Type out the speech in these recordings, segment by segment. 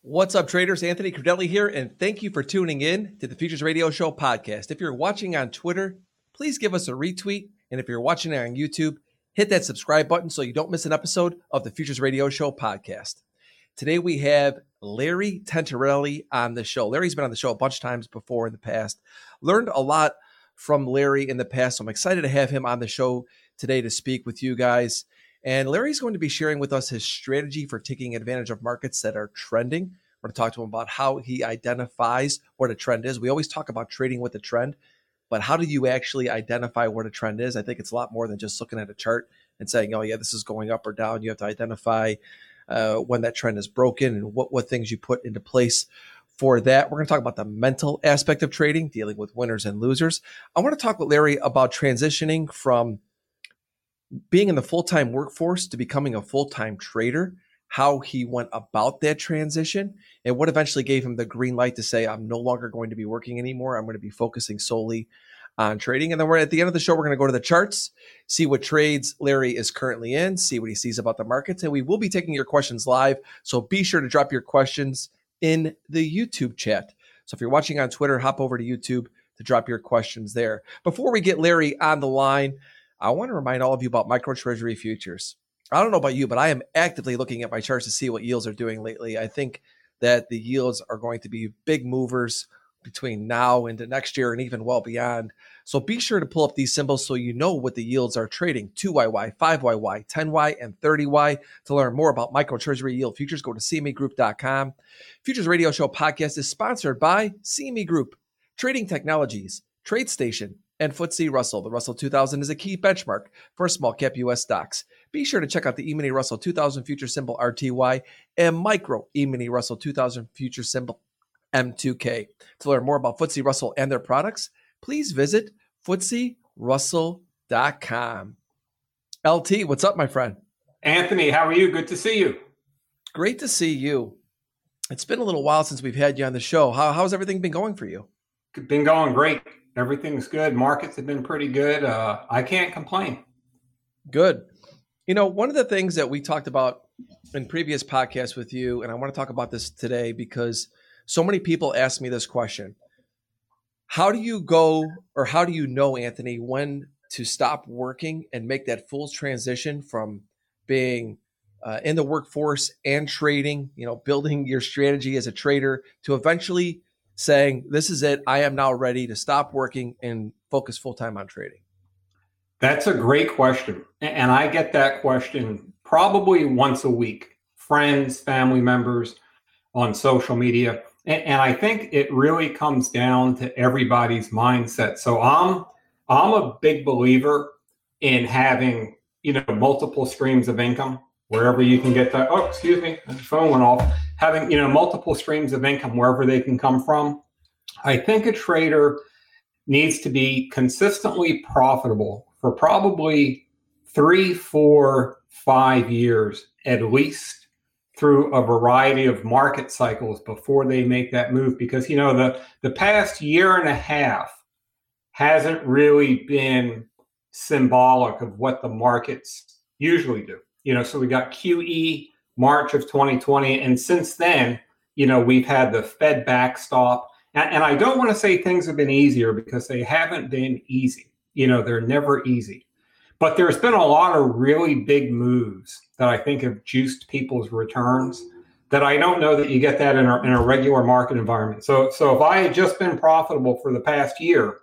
What's up, traders? Anthony Crudele here, and thank you for tuning in to the Futures Radio Show podcast. If you're watching on Twitter, please give us a retweet. And if you're watching on YouTube, hit that subscribe button so you don't miss an episode of the Futures Radio Show podcast. Today we have Larry Tentarelli on the show. Larry's been on the show a bunch of times before in the past. Learned a lot from Larry in the past, so I'm excited to have him on the show today to speak with you guys. And Larry's going to be sharing with us his strategy for taking advantage of markets that are trending. We're going to talk to him about how he identifies what a trend is. We always talk about trading with a trend, but how do you actually identify what a trend is? I think it's a lot more than just looking at a chart and saying, oh yeah, this is going up or down. You have to identify when that trend is broken and what things you put into place for that. We're going to talk about the mental aspect of trading, dealing with winners and losers. I want to talk with Larry about transitioning from being in the full-time workforce to becoming a full-time trader, how he went about that transition, and what eventually gave him the green light to say, I'm no longer going to be working anymore. I'm going to be focusing solely on trading. And then at the end of the show, we're going to go to the charts, see what trades Larry is currently in, see what he sees about the markets. And we will be taking your questions live. So be sure to drop your questions in the YouTube chat. So if you're watching on Twitter, hop over to YouTube to drop your questions there. Before we get Larry on the line, I want to remind all of you about micro treasury futures. I don't know about you, but I am actively looking at my charts to see what yields are doing lately. I think that the yields are going to be big movers between now into next year and even well beyond. So be sure to pull up these symbols so you know what the yields are trading. 2YY, 5YY, 10Y, and 30Y. To learn more about micro treasury yield futures, go to cmegroup.com. Futures Radio Show podcast is sponsored by CME Group, Trading Technologies, TradeStation, and FTSE Russell. The Russell 2000 is a key benchmark for small cap U.S. stocks. Be sure to check out the E-mini Russell 2000 future symbol RTY and micro E-mini Russell 2000 future symbol M2K. To learn more about FTSE Russell and their products, please visit FTSERussell.com. LT, what's up, my friend? Anthony, how are you? Good to see you. Great to see you. It's been a little while since we've had you on the show. How's everything been going for you? Been going great. Everything's good. Markets have been pretty good. I can't complain. Good. You know, one of the things that we talked about in previous podcasts with you, and I want to talk about this today because so many people ask me this question. How do you know, Anthony, when to stop working and make that full transition from being in the workforce and trading, building your strategy as a trader to eventually saying, this is it, I am now ready to stop working and focus full-time on trading? That's a great question. And I get that question probably once a week. Friends, family members on social media. And I think it really comes down to everybody's mindset. So I'm a big believer in having, multiple streams of income wherever you can get that. Oh, excuse me, the phone went off. Having, multiple streams of income wherever they can come from. I think a trader needs to be consistently profitable for probably 3, 4, 5 years at least through a variety of market cycles before they make that move. Because, the past year and a half hasn't really been symbolic of what the markets usually do. So we got QE March of 2020. And since then, we've had the Fed backstop. And I don't want to say things have been easier because they haven't been easy. They're never easy. But there's been a lot of really big moves that I think have juiced people's returns that I don't know that you get that in a regular market environment. So if I had just been profitable for the past year,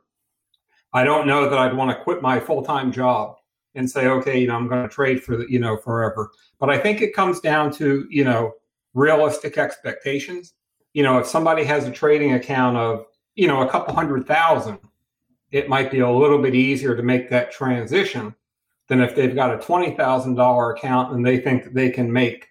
I don't know that I'd want to quit my full-time job and say, okay, I'm going to trade for forever. But I think it comes down to, realistic expectations. If somebody has a trading account of, a couple $100,000, it might be a little bit easier to make that transition than if they've got a $20,000 account and they think that they can make,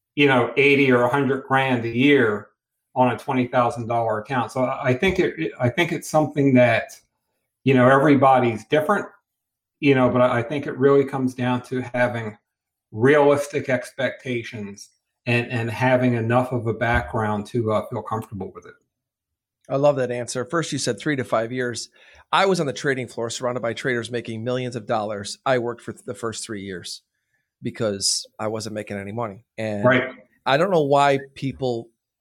80 or 100 grand a year on a $20,000 account. So I think it's something that, everybody's different, but I think it really comes down to having realistic expectations and having enough of a background to feel comfortable with it. I love that answer. First, you said 3 to 5 years. I was on the trading floor surrounded by traders making millions of dollars. I worked for the first 3 years because I wasn't making any money. And right. I don't know why people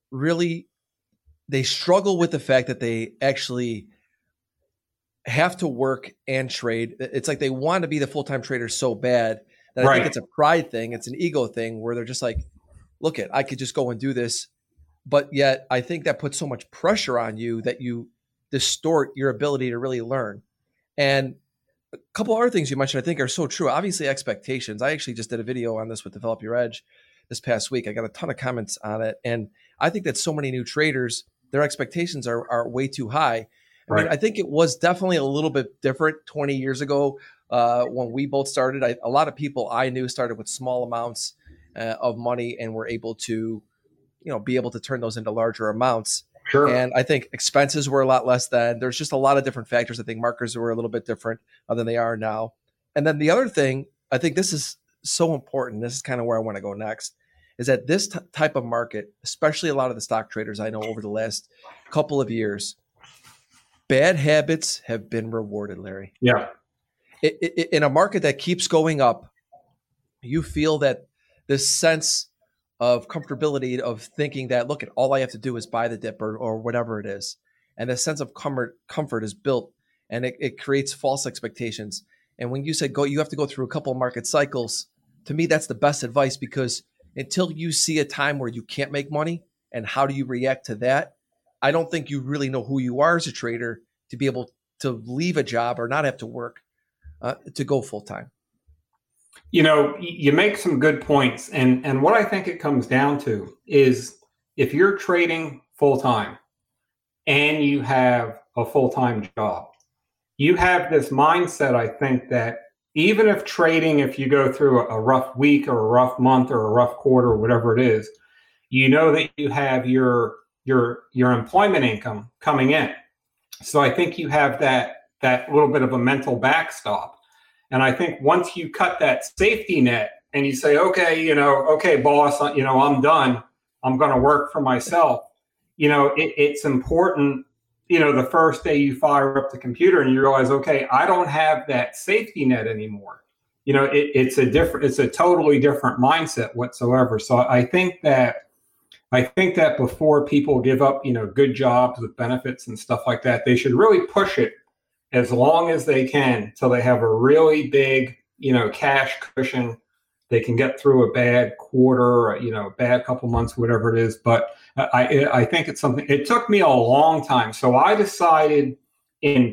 really, they struggle with the fact that they actually have to work and trade. It's like they want to be the full-time trader so bad that I think it's a pride thing. It's an ego thing where they're just like, look I could just go and do this. But yet I think that puts so much pressure on you that you distort your ability to really learn. And a couple other things you mentioned, I think, are so true. Obviously, expectations. I actually just did a video on this with Develop Your Edge this past week. I got a ton of comments on it. And I think that so many new traders, their expectations are way too high. I mean, I think it was definitely a little bit different 20 years ago when we both started. A lot of people I knew started with small amounts of money and were able to, be able to turn those into larger amounts. Sure. And I think expenses were a lot less then. There's just a lot of different factors. I think markers were a little bit different than they are now. And then the other thing, I think this is so important. This is kind of where I want to go next, is that this type of market, especially a lot of the stock traders I know over the last couple of years, bad habits have been rewarded, Larry. Yeah. In a market that keeps going up, you feel that this sense of comfortability of thinking that, look, all I have to do is buy the dip or whatever it is. And the sense of comfort is built, and it creates false expectations. And when you said you have to go through a couple of market cycles, to me, that's the best advice, because until you see a time where you can't make money and how do you react to that, I don't think you really know who you are as a trader to be able to leave a job or not have to work to go full time. You make some good points. And what I think it comes down to is if you're trading full time and you have a full-time job, you have this mindset, I think, that even if trading, if you go through a rough week or a rough month or a rough quarter or whatever it is, you know that you have your employment income coming in. So I think you have that little bit of a mental backstop. And I think once you cut that safety net and you say, okay, boss, I'm done. I'm going to work for myself. It's important, the first day you fire up the computer and you realize, okay, I don't have that safety net anymore. It's a totally different mindset whatsoever. So I think that before people give up, good jobs with benefits and stuff like that, they should really push it as long as they can till they have a really big, cash cushion. They can get through a bad quarter, a bad couple months, whatever it is. But I think it's something. It took me a long time. So I decided in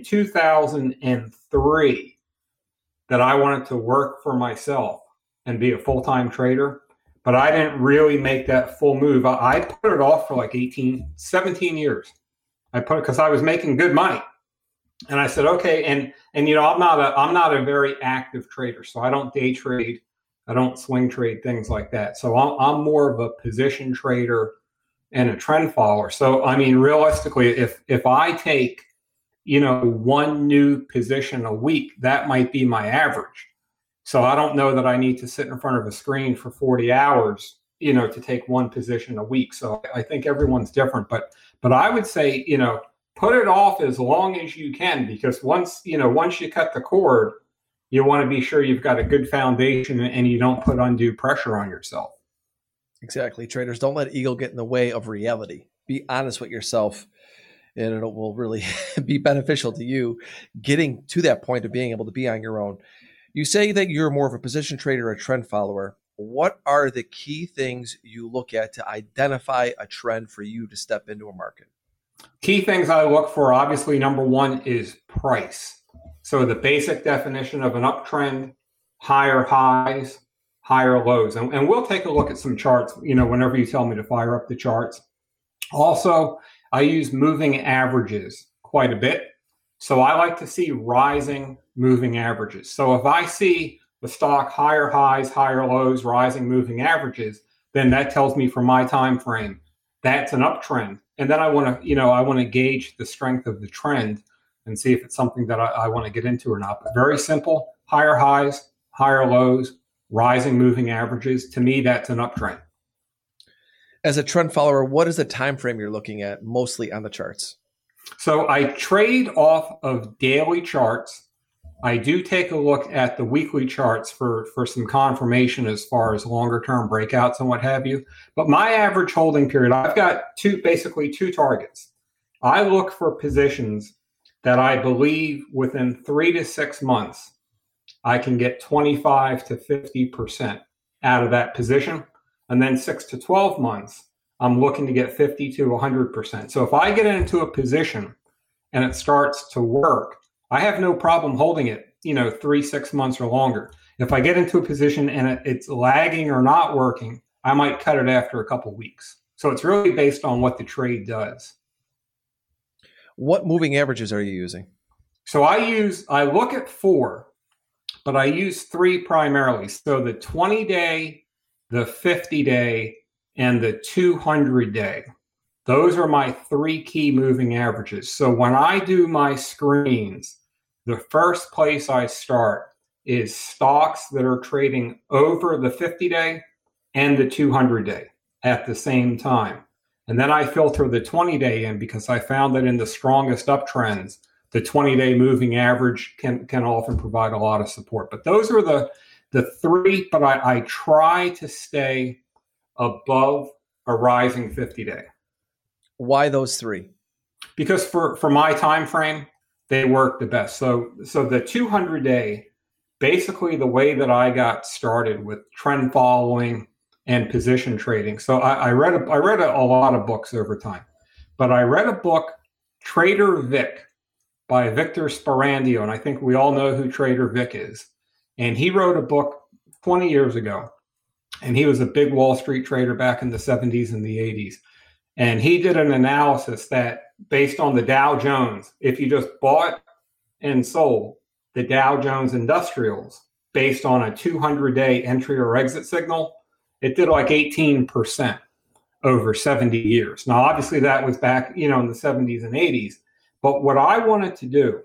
2003 that I wanted to work for myself and be a full-time trader. But I didn't really make that full move. I put it off for like 17 years. I put it because I was making good money. And I said, okay. And I'm not a very active trader. So I don't day trade. I don't swing trade, things like that. So I'm more of a position trader and a trend follower. So, I mean, realistically, if I take, one new position a week, that might be my average. So I don't know that I need to sit in front of a screen for 40 hours, to take one position a week. So I think everyone's different, but I would say, put it off as long as you can, because once you cut the cord, you want to be sure you've got a good foundation and you don't put undue pressure on yourself. Exactly. Traders, don't let ego get in the way of reality. Be honest with yourself, and it will really be beneficial to you getting to that point of being able to be on your own. You say that you're more of a position trader, a trend follower. What are the key things you look at to identify a trend for you to step into a market? Key things I look for, obviously, number one is price. So the basic definition of an uptrend: higher highs, higher lows. And we'll take a look at some charts, whenever you tell me to fire up the charts. Also, I use moving averages quite a bit. So I like to see rising moving averages. So if I see the stock higher highs, higher lows, rising moving averages, then that tells me from my time frame that's an uptrend. And then I want to gauge the strength of the trend and see if it's something that I want to get into or not. But very simple: higher highs, higher lows, rising moving averages. To me, that's an uptrend. As a trend follower, what is the time frame you're looking at mostly on the charts? So I trade off of daily charts I do take a look at the weekly charts for some confirmation as far as longer term breakouts and what have you. But my average holding period, I've got basically two targets. I look for positions that I believe within 3 to 6 months, I can get 25 to 50% out of that position. And then 6 to 12 months, I'm looking to get 50 to 100%. So if I get into a position and it starts to work, I have no problem holding it, 3, 6 months or longer. If I get into a position and it's lagging or not working, I might cut it after a couple of weeks. So it's really based on what the trade does. What moving averages are you using? So I look at 4, but I use 3 primarily. So the 20-day, the 50-day, and the 200-day. Those are my 3 key moving averages. So when I do my screens, the first place I start is stocks that are trading over the 50-day and the 200-day at the same time. And then I filter the 20-day in because I found that in the strongest uptrends, the 20-day moving average can often provide a lot of support. But those are the 3, but I try to stay above a rising 50-day. Why those 3? Because for my time frame, they work the best. So the 200-day, basically the way that I got started with trend following and position trading. So I read a lot of books over time, but I read a book, Trader Vic, by Victor Sparandio, and I think we all know who Trader Vic is. And he wrote a book 20 years ago, and he was a big Wall Street trader back in the 70s and the 80s. And he did an analysis that based on the Dow Jones, if you just bought and sold the Dow Jones Industrials based on a 200-day entry or exit signal, it did like 18% over 70 years. Now, obviously, that was back, in the 70s and 80s. But what I wanted to do,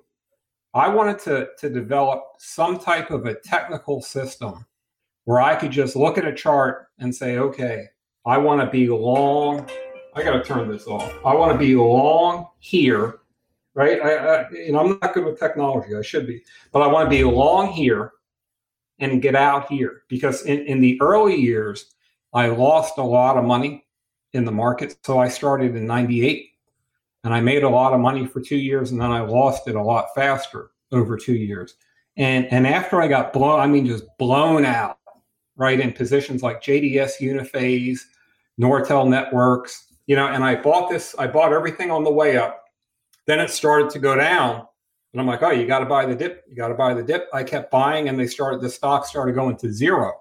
I wanted to develop some type of a technical system where I could just look at a chart and say, okay, I want to be long. I got to turn this off. I want to be long here, right? I'm not good with technology. I should be, but I want to be long here and get out here because in the early years, I lost a lot of money in the market. So I started in 98 and I made a lot of money for 2 years and then I lost it a lot faster over 2 years. And after I got just blown out, right, in positions like JDS Uniphase, Nortel Networks, and I bought everything on the way up. Then it started to go down. And I'm like, oh, you got to buy the dip. You got to buy the dip. I kept buying and the stock started going to zero.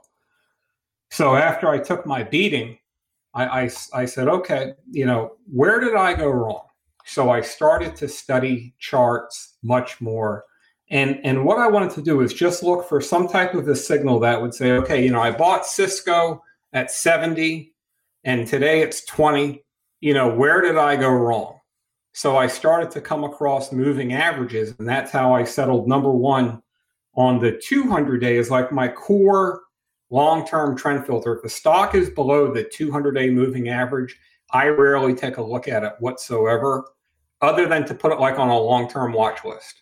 So after I took my beating, I said, okay, where did I go wrong? So I started to study charts much more. And what I wanted to do is just look for some type of a signal that would say, okay, I bought Cisco at 70 and today it's 20. Where did I go wrong? So I started to come across moving averages, and that's how I settled number 1 on the 200-day is like my core long-term trend filter. If the stock is below the 200-day moving average, I rarely take a look at it whatsoever, other than to put it like on a long-term watch list.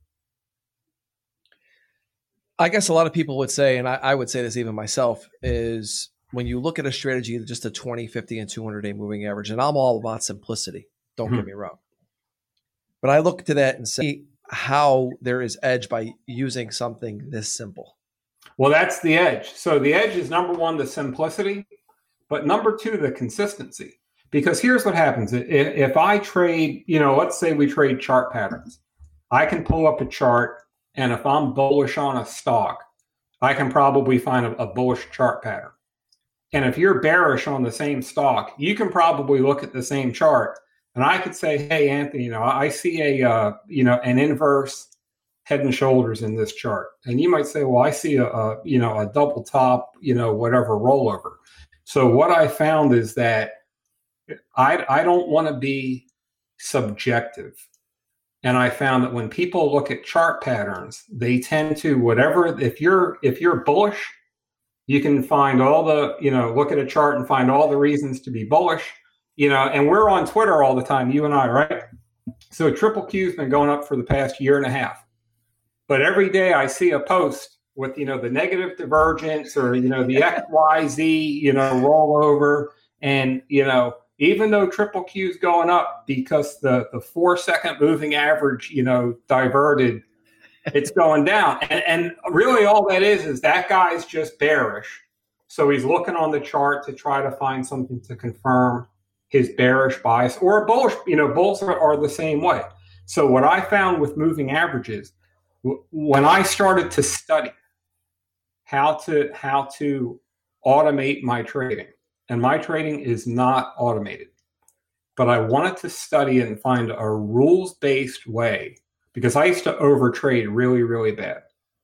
I guess a lot of people would say, and I would say this even myself, is when you look at a strategy, just a 20, 50, and 200-day moving average, and I'm all about simplicity, don't get me wrong. But I look to that and say how there is edge by using something this simple. Well, that's the edge. So the edge is number 1, the simplicity, but number 2, the consistency. Because here's what happens. If I trade, let's say we trade chart patterns, I can pull up a chart, and if I'm bullish on a stock, I can probably find a bullish chart pattern. And if you're bearish on the same stock, you can probably look at the same chart. And I could say, hey, Anthony, I see an inverse head and shoulders in this chart. And you might say, well, I see a double top, whatever rollover. So what I found is that I don't want to be subjective. And I found that when people look at chart patterns, they tend to if you're bullish, you can find all the, look at a chart and find all the reasons to be bullish, and we're on Twitter all the time, you and I, right? So Triple Q's been going up for the past year and a half. But every day I see a post with, the negative divergence or, the XYZ, rollover. And, even though triple Q is going up because the 4-second moving average, diverted, it's going down. And really all that is that guy's just bearish. So he's looking on the chart to try to find something to confirm his bearish bias or a bullish, bulls are the same way. So what I found with moving averages, when I started to study how to automate my trading, and my trading is not automated, but I wanted to study and find a rules-based way because I used to overtrade really, really bad.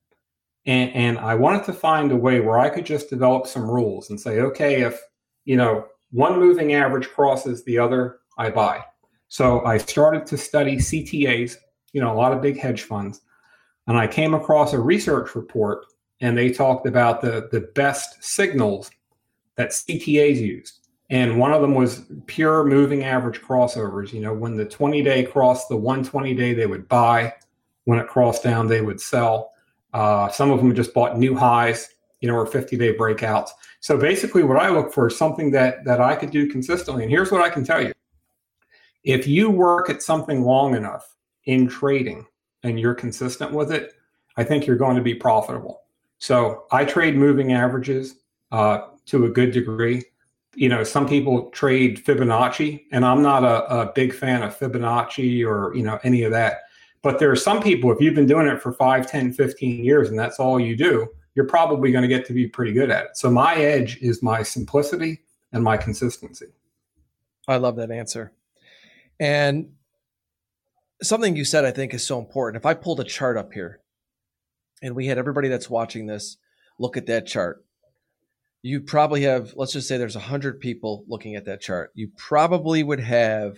And I wanted to find a way where I could just develop some rules and say, okay, if, one moving average crosses the other, I buy. So I started to study CTAs, a lot of big hedge funds. And I came across a research report and they talked about the best signals that CTAs used. And one of them was pure moving average crossovers. When the 20-day crossed the 120-day, they would buy. When it crossed down, they would sell. Some of them just bought new highs, or 50-day breakouts. So basically what I look for is something that I could do consistently. And here's what I can tell you. If you work at something long enough in trading and you're consistent with it, I think you're going to be profitable. So I trade moving averages to a good degree. Some people trade Fibonacci, and I'm not a big fan of Fibonacci or, any of that. But there are some people, if you've been doing it for 5, 10, 15 years, and that's all you do, you're probably going to get to be pretty good at it. So my edge is my simplicity and my consistency. I love that answer. And something you said, I think, is so important. If I pulled a chart up here and we had everybody that's watching this look at that chart, you probably have, let's just say there's 100 people looking at that chart. You probably would have,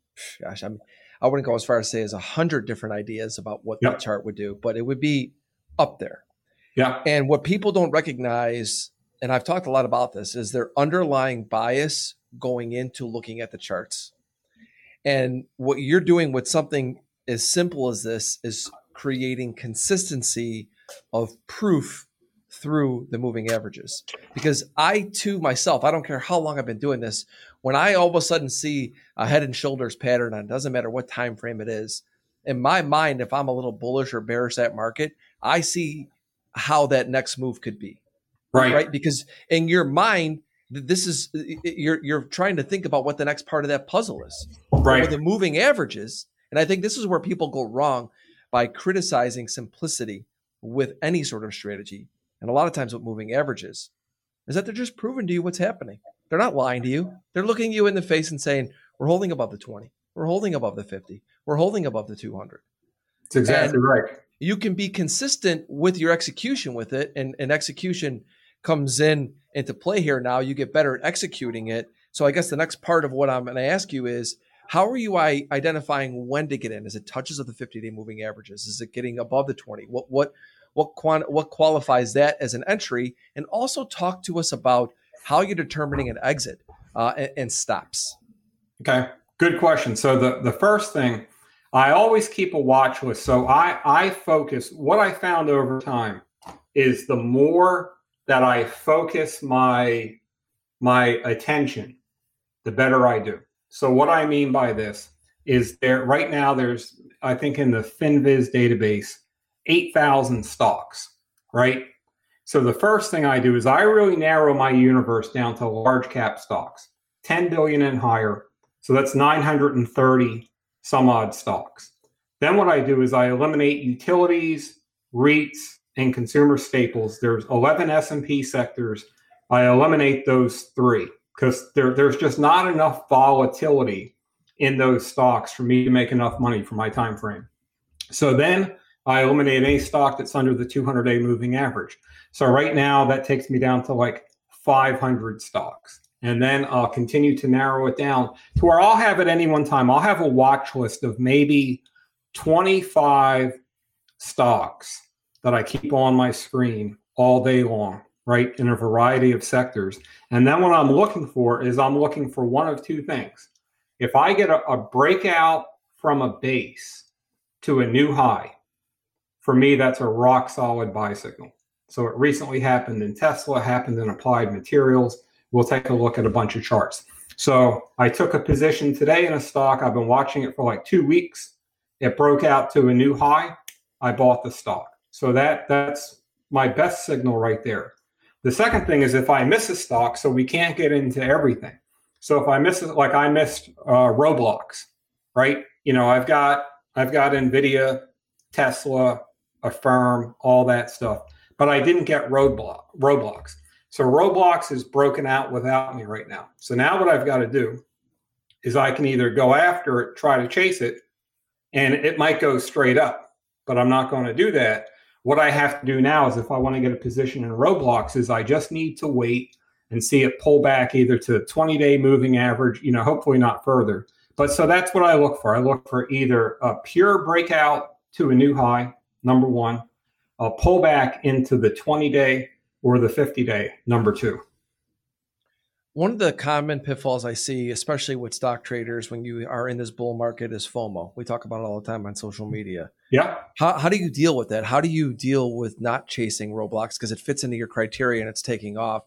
I wouldn't go as far as say as 100 different ideas about what that chart would do, but it would be up there. Yeah. And what people don't recognize, and I've talked a lot about this, is their underlying bias going into looking at the charts. And what you're doing with something as simple as this is creating consistency of proof through the moving averages. Because I too myself, I don't care how long I've been doing this, when I all of a sudden see a head and shoulders pattern, and it doesn't matter what time frame it is, in my mind, if I'm a little bullish or bearish that market, I see how that next move could be. Right? Because in your mind, this is you're trying to think about what the next part of that puzzle is. Right. With the moving averages, and I think this is where people go wrong by criticizing simplicity with any sort of strategy. And a lot of times what moving averages is that they're just proving to you what's happening. They're not lying to you. They're looking you in the face and saying, we're holding above the 20. We're holding above the 50. We're holding above the 200. That's exactly right. You can be consistent with your execution with it, and execution comes into play here now. You get better at executing it. So I guess the next part of what I'm going to ask you is, how are you identifying when to get in? Is it touches of the 50-day moving averages? Is it getting above the 20? What qualifies that as an entry? And also talk to us about how you're determining an exit and stops. Okay, good question. So the first thing, I always keep a watch list. So I focus, what I found over time is the more that I focus my attention, the better I do. So what I mean by this is right now there's, I think in the FinViz database, 8,000 stocks, right? So the first thing I do is I really narrow my universe down to large cap stocks, 10 billion and higher. So that's 930 some odd stocks. Then what I do is I eliminate utilities, REITs, and consumer staples. There's 11 S&P sectors. I eliminate those 3 because there's just not enough volatility in those stocks for me to make enough money for my time frame. So then I eliminate any stock that's under the 200-day moving average. So right now that takes me down to like 500 stocks. And then I'll continue to narrow it down to where I'll have at any one time, I'll have a watch list of maybe 25 stocks that I keep on my screen all day long, right, in a variety of sectors. And then what I'm looking for is I'm looking for one of 2 things. If I get a breakout from a base to a new high, for me, that's a rock solid buy signal. So it recently happened in Tesla, happened in Applied Materials. We'll take a look at a bunch of charts. So I took a position today in a stock. I've been watching it for like 2 weeks. It broke out to a new high. I bought the stock. So that's my best signal right there. The second thing is if I miss a stock, so we can't get into everything. So if I miss it, like I missed Roblox, right? You know, I've got NVIDIA, Tesla, Affirm, all that stuff, but I didn't get Roblox. So Roblox is broken out without me right now. So now what I've got to do is I can either go after it, try to chase it, and it might go straight up, but I'm not going to do that. What I have to do now is if I want to get a position in Roblox is I just need to wait and see it pull back either to 20-day moving average, you know, hopefully not further. But so that's what I look for. I look for either a pure breakout to a new high, number one, a pullback into the 20-day or the 50-day, number two. One of the common pitfalls I see, especially with stock traders when you are in this bull market, is FOMO. We talk about it all the time on social media. Yeah. How do you deal with that? How do you deal with not chasing Roblox because it fits into your criteria and it's taking off?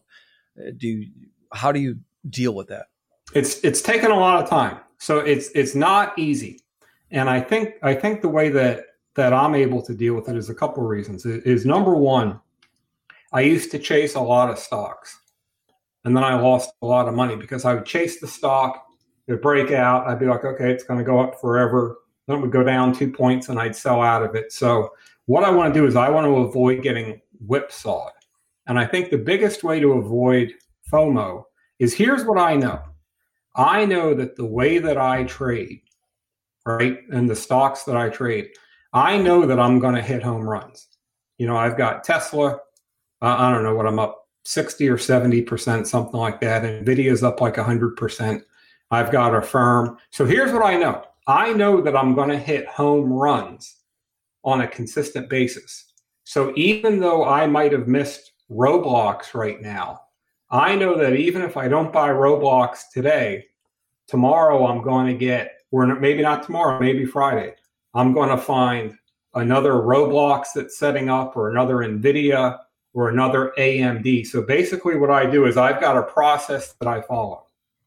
How do you deal with that? It's taken a lot of time. So it's not easy. And I think the way that I'm able to deal with it is a couple of reasons. Is number one, I used to chase a lot of stocks. And then I lost a lot of money because I would chase the stock, it would break out. I'd be like, okay, it's going to go up forever. Then it would go down 2 points and I'd sell out of it. So what I want to do is I want to avoid getting whipsawed. And I think the biggest way to avoid FOMO is here's what I know. I know that the way that I trade, right, and the stocks that I trade, I know that I'm going to hit home runs. You know, I've got Tesla. I don't know what I'm up. 60 or 70%, something like that. And NVIDIA's up like 100%. I've got Affirm. So here's what I know. I know that I'm going to hit home runs on a consistent basis. So even though I might have missed Roblox right now, I know that even if I don't buy Roblox today, tomorrow I'm going to get, or maybe not tomorrow, maybe Friday, I'm going to find another Roblox that's setting up or another NVIDIA or another AMD. So basically what I do is I've got a process that I follow.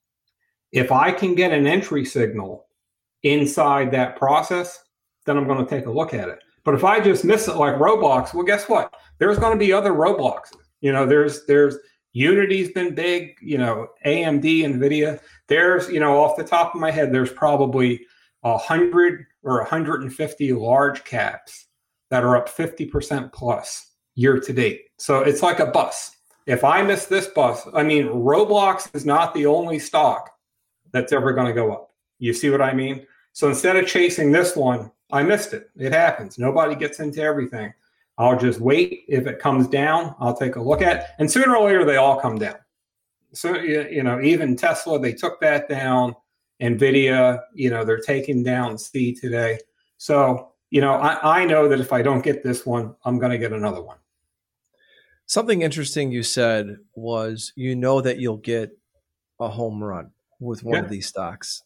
If I can get an entry signal inside that process, then I'm going to take a look at it. But if I just miss it like Roblox, well, guess what? There's going to be other Robloxes. You know, there's Unity's been big, you know, AMD, NVIDIA. There's, you know, off the top of my head, there's probably 100 or 150 large caps that are up 50% plus year to date. So it's like a bus. If I miss this bus, I mean, Roblox is not the only stock that's ever going to go up. You see what I mean? So instead of chasing this one, I missed it. It happens. Nobody gets into everything. I'll just wait. If it comes down, I'll take a look at it. And sooner or later, they all come down. So, you know, even Tesla, they took that down. NVIDIA, you know, they're taking down C today. So, you know, I know that if I don't get this one, I'm going to get another one. Something interesting you said was, you know, that you'll get a home run with one of these stocks.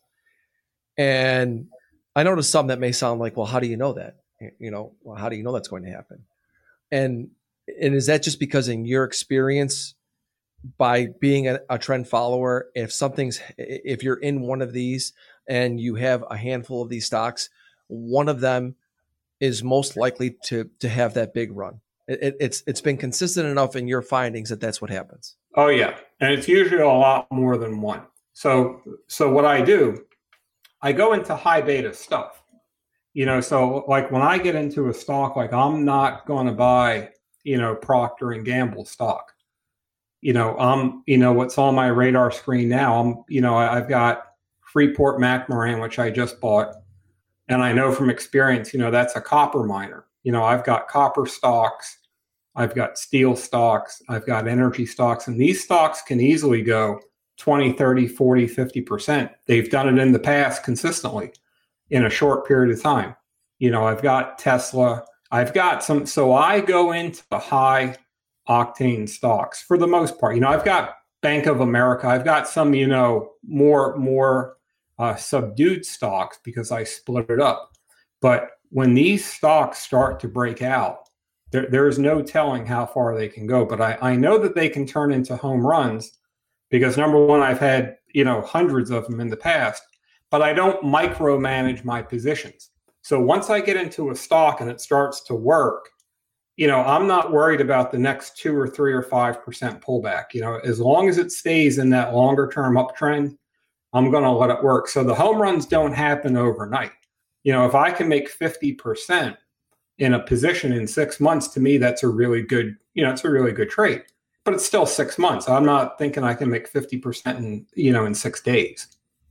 And I noticed some that may sound like, well, how do you know that? You know, well, how do you know that's going to happen? And is that just because in your experience, by being a trend follower, if you're in one of these and you have a handful of these stocks, one of them is most likely to have that big run? It's been consistent enough in your findings that that's what happens. Oh yeah, and it's usually a lot more than one. So what I do, I go into high beta stuff. You know, so like when I get into a stock, like I'm not going to buy, you know, Procter and Gamble stock. You know, what's on my radar screen now, I've got Freeport McMoran, which I just bought. And I know from experience, you know, that's a copper miner. You know, I've got copper stocks, I've got steel stocks, I've got energy stocks, and these stocks can easily go 20, 30, 40, 50%. They've done it in the past consistently in a short period of time. You know, I've got Tesla, I've got some, so I go into the high octane stocks for the most part. You know, I've got Bank of America, I've got some, you know, more subdued stocks because I split it up. But when these stocks start to break out, there is no telling how far they can go. But I know that they can turn into home runs because, number one, I've had, hundreds of them in the past, but I don't micromanage my positions. So once I get into a stock and it starts to work, I'm not worried about the next 2 or 3 or 5% pullback. As long as it stays in that longer term uptrend, I'm going to let it work. So the home runs don't happen overnight. If I can make 50% in a position in 6 months, to me, that's a really good, it's a really good trade. But it's still 6 months. I'm not thinking I can make 50% in 6 days.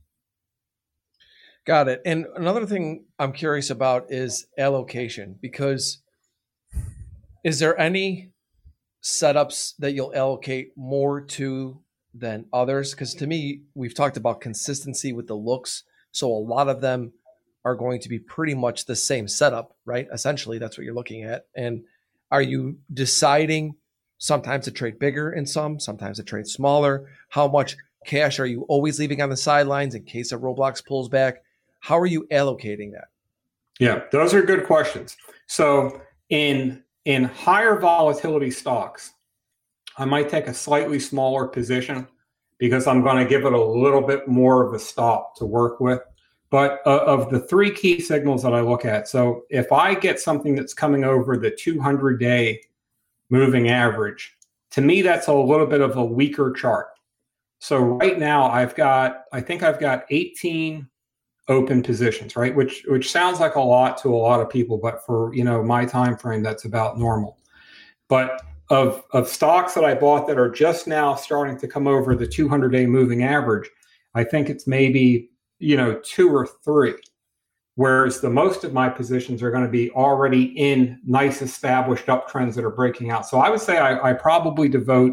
Got it. And another thing I'm curious about is allocation, because is there any setups that you'll allocate more to than others? Because to me, we've talked about consistency with the looks. So a lot of them are going to be pretty much the same setup, right? Essentially, that's what you're looking at. And are you deciding sometimes to trade bigger in sometimes to trade smaller? How much cash are you always leaving on the sidelines in case a Roblox pulls back? How are you allocating that? Yeah, those are good questions. So in higher volatility stocks, I might take a slightly smaller position because I'm going to give it a little bit more of a stop to work with. But of the 3 key signals that I look at, so if I get something that's coming over the 200-day moving average, to me, that's a little bit of a weaker chart. So right now, I think I've got 18 open positions, right? Which sounds like a lot to a lot of people, but for my time frame, that's about normal. But of stocks that I bought that are just now starting to come over the 200-day moving average, I think it's maybe 2 or 3. Whereas the most of my positions are going to be already in nice established uptrends that are breaking out. So I would say I probably devote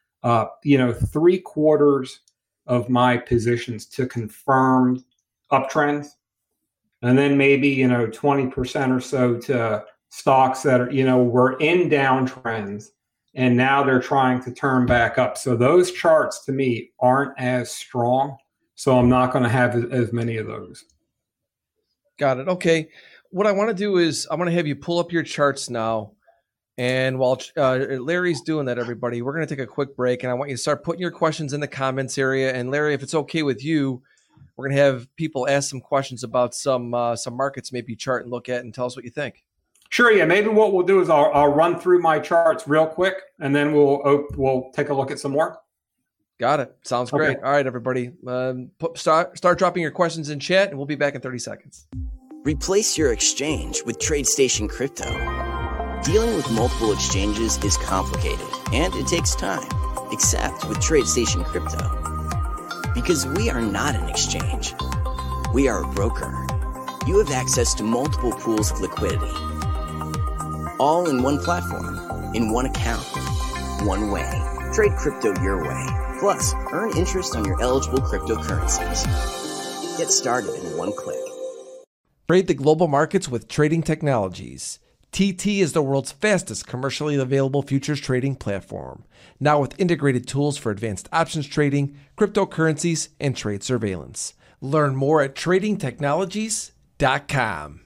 3/4 of my positions to confirmed uptrends, and then maybe 20% or so to stocks that are were in downtrends and now they're trying to turn back up. So those charts to me aren't as strong, so I'm not going to have as many of those. Got it. Okay. What I want to do is I want to have you pull up your charts now. And while Larry's doing that, everybody, we're going to take a quick break. And I want you to start putting your questions in the comments area. And Larry, if it's okay with you, we're going to have people ask some questions about some markets maybe chart and look at and tell us what you think. Sure. Yeah. Maybe what we'll do is I'll run through my charts real quick, and then we'll take a look at some more. Got it. Sounds great. Okay. All right, everybody. Start dropping your questions in chat, and we'll be back in 30 seconds. Replace your exchange with TradeStation Crypto. Dealing with multiple exchanges is complicated, and it takes time, except with TradeStation Crypto. Because we are not an exchange. We are a broker. You have access to multiple pools of liquidity. All in one platform, in one account, one way. Trade crypto your way. Plus, earn interest on your eligible cryptocurrencies. Get started in one click. Trade the global markets with Trading Technologies. TT is the world's fastest commercially available futures trading platform, now with integrated tools for advanced options trading, cryptocurrencies, and trade surveillance. Learn more at tradingtechnologies.com.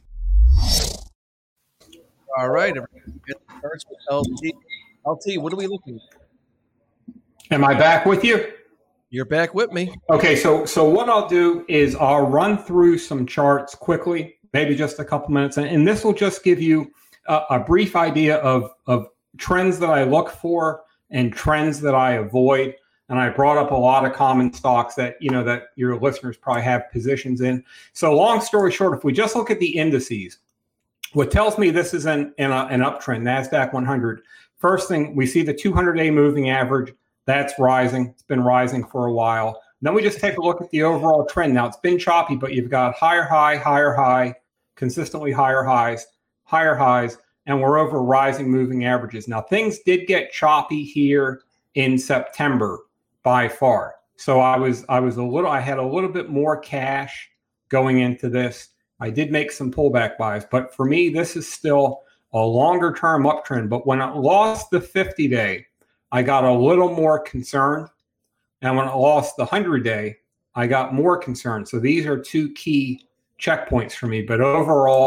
All right, first LT. LT, what are we looking at? Am I back with you? You're back with me. Okay, so what I'll do is I'll run through some charts quickly, maybe just a couple minutes, and this will just give you a brief idea of trends that I look for and trends that I avoid. And I brought up a lot of common stocks that that your listeners probably have positions in. So long story short, if we just look at the indices, what tells me this is an uptrend, NASDAQ 100. First thing, we see the 200-day moving average. That's rising. It's been rising for a while. Then we just take a look at the overall trend. Now, it's been choppy, but you've got higher high, consistently higher highs, and we're over rising moving averages. Now, things did get choppy here in September by far. So I had a little bit more cash going into this. I did make some pullback buys, but for me, this is still a longer term uptrend. But when it lost the 50-day, I got a little more concerned. And when it lost the 100-day, I got more concerned. So these are two key checkpoints for me. But overall,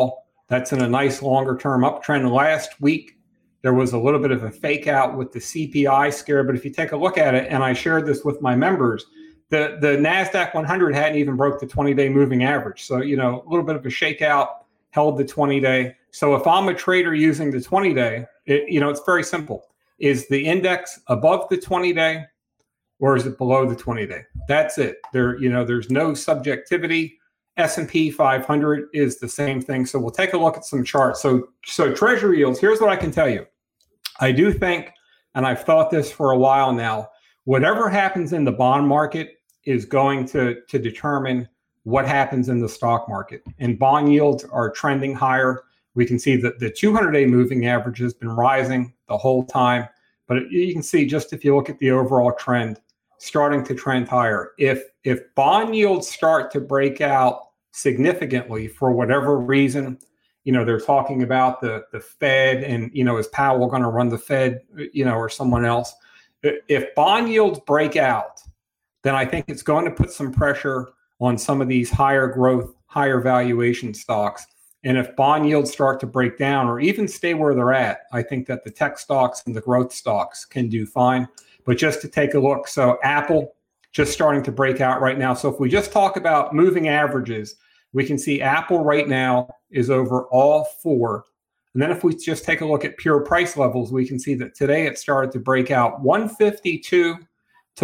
That's in a nice longer term uptrend. Last week, there was a little bit of a fake out with the CPI scare. But if you take a look at it, and I shared this with my members, the NASDAQ 100 hadn't even broke the 20-day moving average. So, you know, a little bit of a shakeout, held the 20-day. So if I'm a trader using the 20-day, it's very simple. Is the index above the 20-day or is it below the 20-day? That's it. There's no subjectivity. S&P 500 is the same thing. So we'll take a look at some charts. So treasury yields, here's what I can tell you. I do think, and I've thought this for a while now, whatever happens in the bond market is going to determine what happens in the stock market. And bond yields are trending higher. We can see that the 200-day moving average has been rising the whole time. But you can see, just if you look at the overall trend, starting to trend higher. If bond yields start to break out significantly for whatever reason, they're talking about the Fed and, is Powell going to run the Fed, or someone else? If bond yields break out, then I think it's going to put some pressure on some of these higher growth, higher valuation stocks. And if bond yields start to break down or even stay where they're at, I think that the tech stocks and the growth stocks can do fine. But just to take a look, so Apple just starting to break out right now. So if we just talk about moving averages, we can see Apple right now is over all four. And then if we just take a look at pure price levels, we can see that today it started to break out. 152 to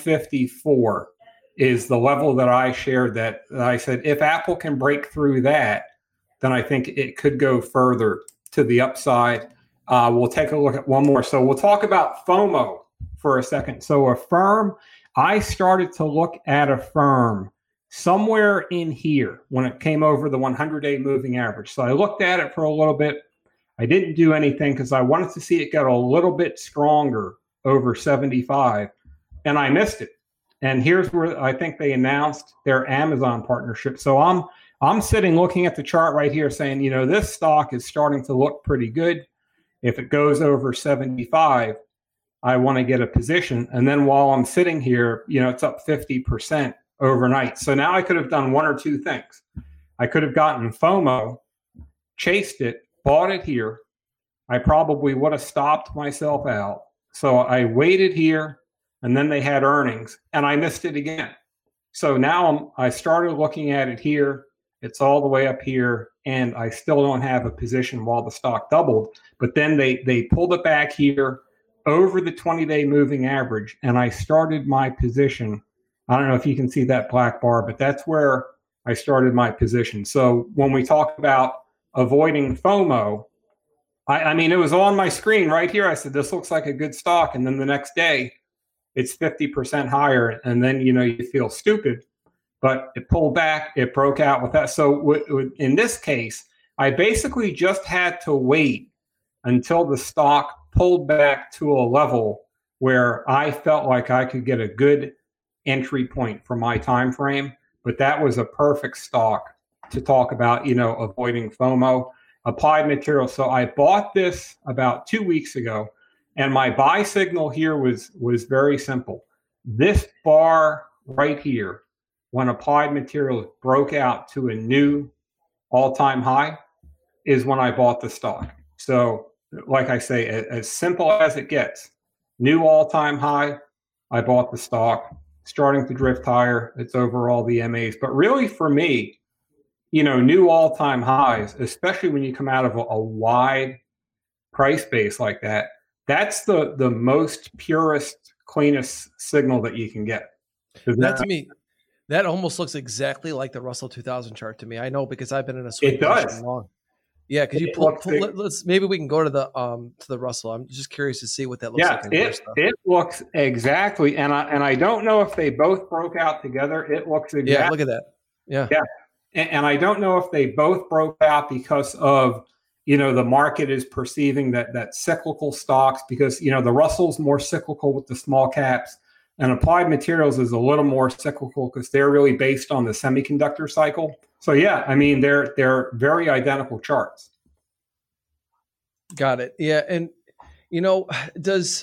154 is the level that I shared, that I said, if Apple can break through that, then I think it could go further to the upside. We'll take a look at one more. So we'll talk about FOMO for a second. So I started to look at a firm somewhere in here when it came over the 100-day moving average. So I looked at it for a little bit. I didn't do anything because I wanted to see it get a little bit stronger over 75, and I missed it. And here's where I think they announced their Amazon partnership. So I'm sitting looking at the chart right here saying, this stock is starting to look pretty good. If it goes over 75, I want to get a position. And then while I'm sitting here, it's up 50% overnight. So now I could have done one or two things. I could have gotten FOMO, chased it, bought it here. I probably would have stopped myself out. So I waited here, and then they had earnings, and I missed it again. So now I started looking at it here. It's all the way up here, and I still don't have a position while the stock doubled. But then they pulled it back here over the 20-day moving average, and I started my position. I don't know if you can see that black bar, but that's where I started my position. So when we talk about avoiding FOMO, I mean, it was on my screen right here. I said, this looks like a good stock. And then the next day, it's 50% higher. And then, you feel stupid. But it pulled back. It broke out with that. So in this case, I basically just had to wait until the stock pulled back to a level where I felt like I could get a good entry point for my time frame. But that was a perfect stock to talk about, avoiding FOMO. Applied Materials. So I bought this about 2 weeks ago, and my buy signal here was very simple. This bar right here, when Applied Materials broke out to a new all-time high, is when I bought the stock. So like I say, as simple as it gets, new all-time high, I bought the stock. Starting to drift higher, it's over all the MAs. But really for me, new all-time highs, especially when you come out of a wide price base like that, that's the most purest, cleanest signal that you can get. That to me, that almost looks exactly like the Russell 2000 chart to me. I know because I've been in a swing. It does. Long. Yeah, because you let's maybe we can go to the Russell. I'm just curious to see what that looks like. It looks exactly, and I don't know if they both broke out together. It looks exactly. Yeah, look at that. Yeah. And I don't know if they both broke out because of, the market is perceiving that cyclical stocks, because, the Russell's more cyclical with the small caps, and Applied Materials is a little more cyclical because they're really based on the semiconductor cycle. So yeah, I mean, they're very identical charts. Got it. Yeah. And, does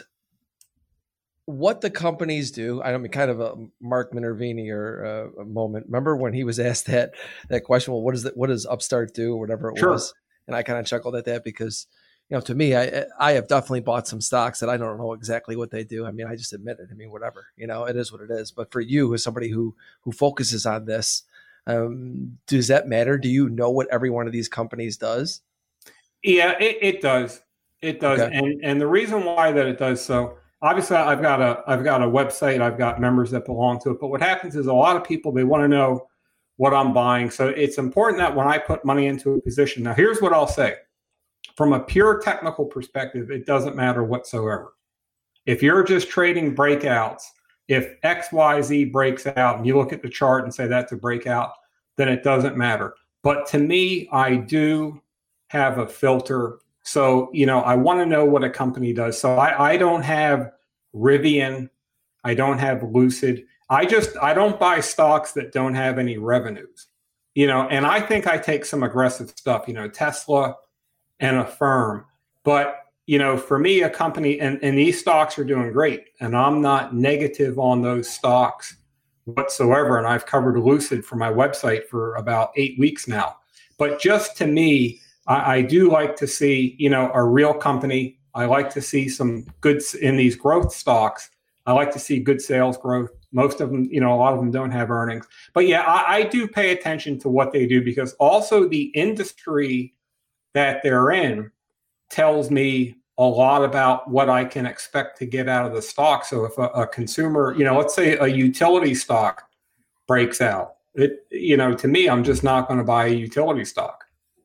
what the companies do, I mean, kind of a Mark Minervini or a moment. Remember when he was asked that question? Well, what does Upstart do, or whatever it was? And I kind of chuckled at that because, to me, I have definitely bought some stocks that I don't know exactly what they do. I mean, I just admit it. I mean, whatever, it is what it is. But for you, as somebody who focuses on this, does that matter? Do you know what every one of these companies does? Yeah, it does. It does. Okay. And the reason why that it does so, obviously I've got a website, I've got members that belong to it. But what happens is a lot of people, they want to know what I'm buying. So it's important that when I put money into a position, now here's what I'll say. From a pure technical perspective, it doesn't matter whatsoever. If you're just trading breakouts, if XYZ breaks out and you look at the chart and say that's a breakout, then it doesn't matter. But to me, I do have a filter. So, I want to know what a company does. So I don't have Rivian. I don't have Lucid. I don't buy stocks that don't have any revenues, and I think I take some aggressive stuff, Tesla and Affirm. But, for me, a company, and these stocks are doing great, and I'm not negative on those stocks whatsoever. And I've covered Lucid for my website for about 8 weeks now. But just to me, I do like to see, a real company. I like to see some good in these growth stocks. I like to see good sales growth. Most of them, a lot of them don't have earnings. But yeah, I do pay attention to what they do because also the industry that they're in tells me a lot about what I can expect to get out of the stock. So if a consumer, let's say a utility stock breaks out, to me, I'm just not going to buy a utility stock.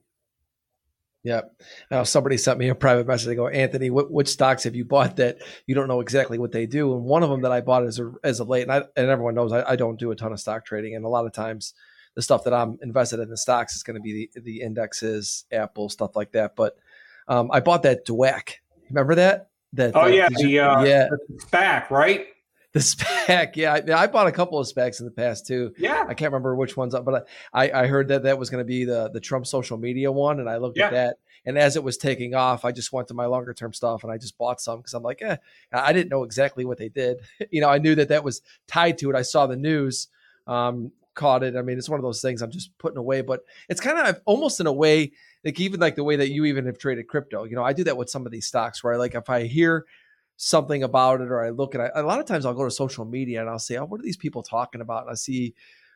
Yeah. Now somebody sent me a private message. They go, Anthony, which stocks have you bought that you don't know exactly what they do? And one of them that I bought as of late, and everyone knows I don't do a ton of stock trading. And a lot of times the stuff that I'm invested in the stocks is going to be the indexes, Apple, stuff like that. But I bought that DWAC. Remember that? The SPAC, right? The SPAC, yeah. I bought a couple of SPACs in the past too. Yeah, I can't remember which ones, but I heard that was going to be the Trump social media one, and I looked at that. And as it was taking off, I just went to my longer term stuff and I just bought some because I'm like, I didn't know exactly what they did. I knew that was tied to it. I saw the news, caught it. I mean, it's one of those things I'm just putting away, but it's kind of almost in a way, like even like the way that you even have traded crypto. I do that with some of these stocks where if I hear something about it, or I look at a lot of times I'll go to social media and I'll say, what are these people talking about? And I see,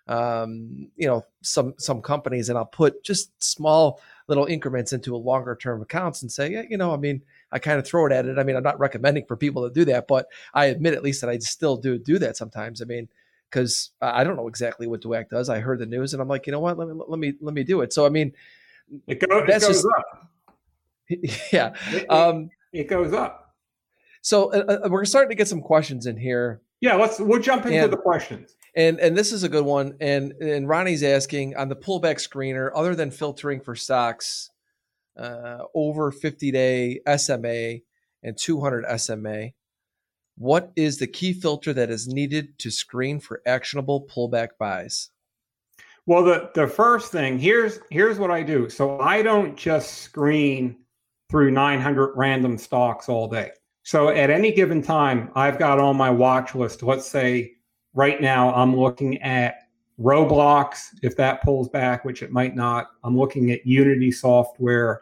some companies, and I'll put just small little increments into a longer term accounts and say, I kind of throw it at it. I mean, I'm not recommending for people to do that, but I admit at least that I still do that sometimes. I mean, because I don't know exactly what DWAC does. I heard the news and I'm like, what? Let me do it. So, I mean, it goes up. Yeah. It goes up. So we're starting to get some questions in here. Yeah, we'll jump into the questions. And this is a good one. And Ronnie's asking, on the pullback screener, other than filtering for stocks over 50-day SMA and 200 SMA, what is the key filter that is needed to screen for actionable pullback buys? Well, the first thing, here's what I do. So I don't just screen through 900 random stocks all day. So at any given time, I've got on my watch list, let's say right now I'm looking at Roblox, if that pulls back, which it might not. I'm looking at Unity Software,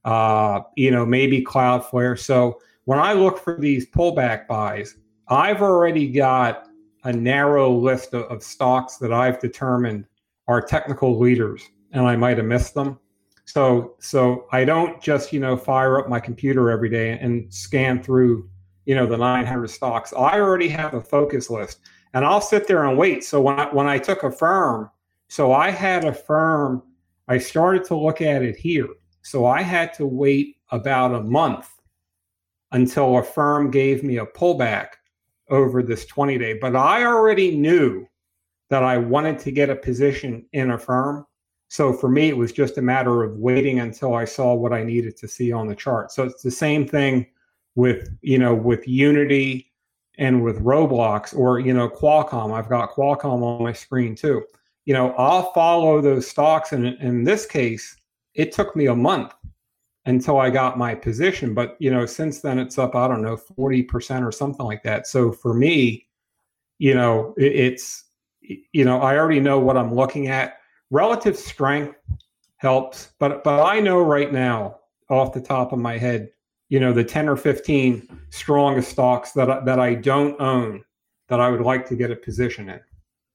maybe Cloudflare. So when I look for these pullback buys, I've already got a narrow list of stocks that I've determined are technical leaders, and I might have missed them. So I don't just, fire up my computer every day and scan through, the 900 stocks. I already have a focus list, and I'll sit there and wait. So when I took Affirm, I had Affirm, I started to look at it here. So I had to wait about a month until Affirm gave me a pullback over this 20-day. But I already knew that I wanted to get a position in Affirm. So for me, it was just a matter of waiting until I saw what I needed to see on the chart. So it's the same thing with Unity and with Roblox or, Qualcomm. I've got Qualcomm on my screen too. I'll follow those stocks. And in this case, it took me a month until I got my position. But, since then it's up, 40% or something like that. So for me, it's, I already know what I'm looking at. Relative strength helps. But I know right now, off the top of my head, the 10 or 15 strongest stocks that I don't own that I would like to get a position in.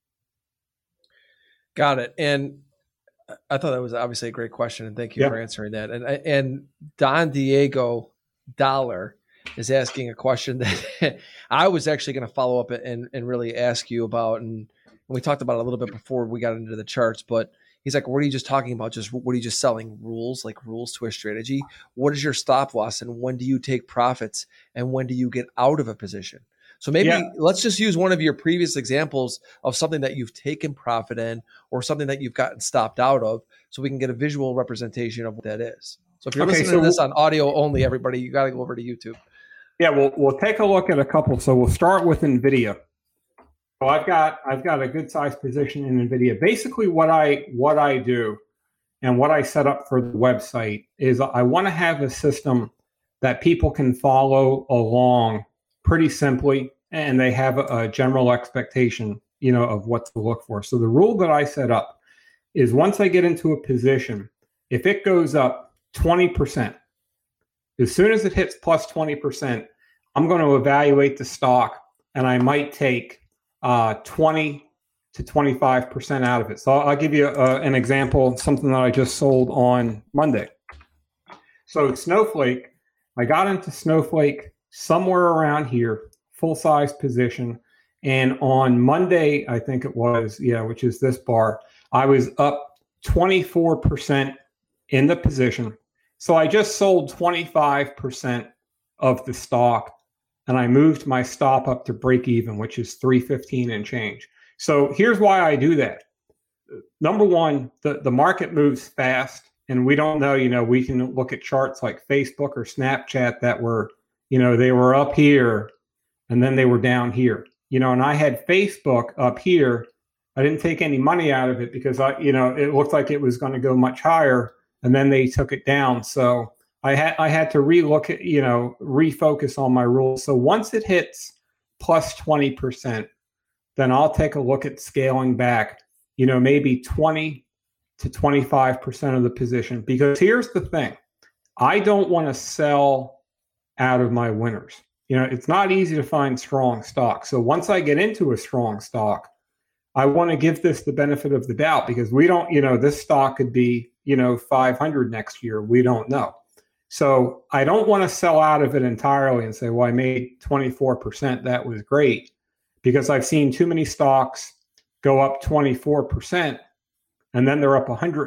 Got it. And I thought that was obviously a great question, and thank you for answering that. And Don Diego Dollar is asking a question that I was actually going to follow up and really ask you about. And we talked about it a little bit before we got into the charts, but he's like, what are you just talking about? What are you just selling rules, like rules to a strategy? What is your stop loss, and when do you take profits, and when do you get out of a position? So maybe let's just use one of your previous examples of something that you've taken profit in or something that you've gotten stopped out of, so we can get a visual representation of what that is. So if you're listening to this on audio only, everybody, you got to go over to YouTube. Yeah, we'll take a look at a couple. So we'll start with NVIDIA. So I've got a good sized position in NVIDIA. Basically what I do and what I set up for the website is I want to have a system that people can follow along pretty simply, and they have a general expectation, of what to look for. So the rule that I set up is once I get into a position, if it goes up 20%, as soon as it hits plus 20%, I'm going to evaluate the stock, and I might take 20 to 25% out of it. So I'll give you an example, something that I just sold on Monday. So Snowflake, I got into Snowflake somewhere around here, full size position. And on Monday, I think it was, which is this bar, I was up 24% in the position. So I just sold 25% of the stock, and I moved my stop up to break even, which is 315 and change. So here's why I do that. Number one, the market moves fast, and we don't know, we can look at charts like Facebook or Snapchat that were, they were up here and then they were down here, and I had Facebook up here. I didn't take any money out of it because it looked like it was going to go much higher, and then they took it down. So I had to relook at, refocus on my rules. So once it hits plus 20%, then I'll take a look at scaling back, maybe 20 to 25% of the position. Because here's the thing, I don't want to sell out of my winners. It's not easy to find strong stock. So once I get into a strong stock, I want to give this the benefit of the doubt, because we don't, this stock could be, 500 next year. We don't know. So I don't want to sell out of it entirely and say, well, I made 24%. That was great, because I've seen too many stocks go up 24% and then they're up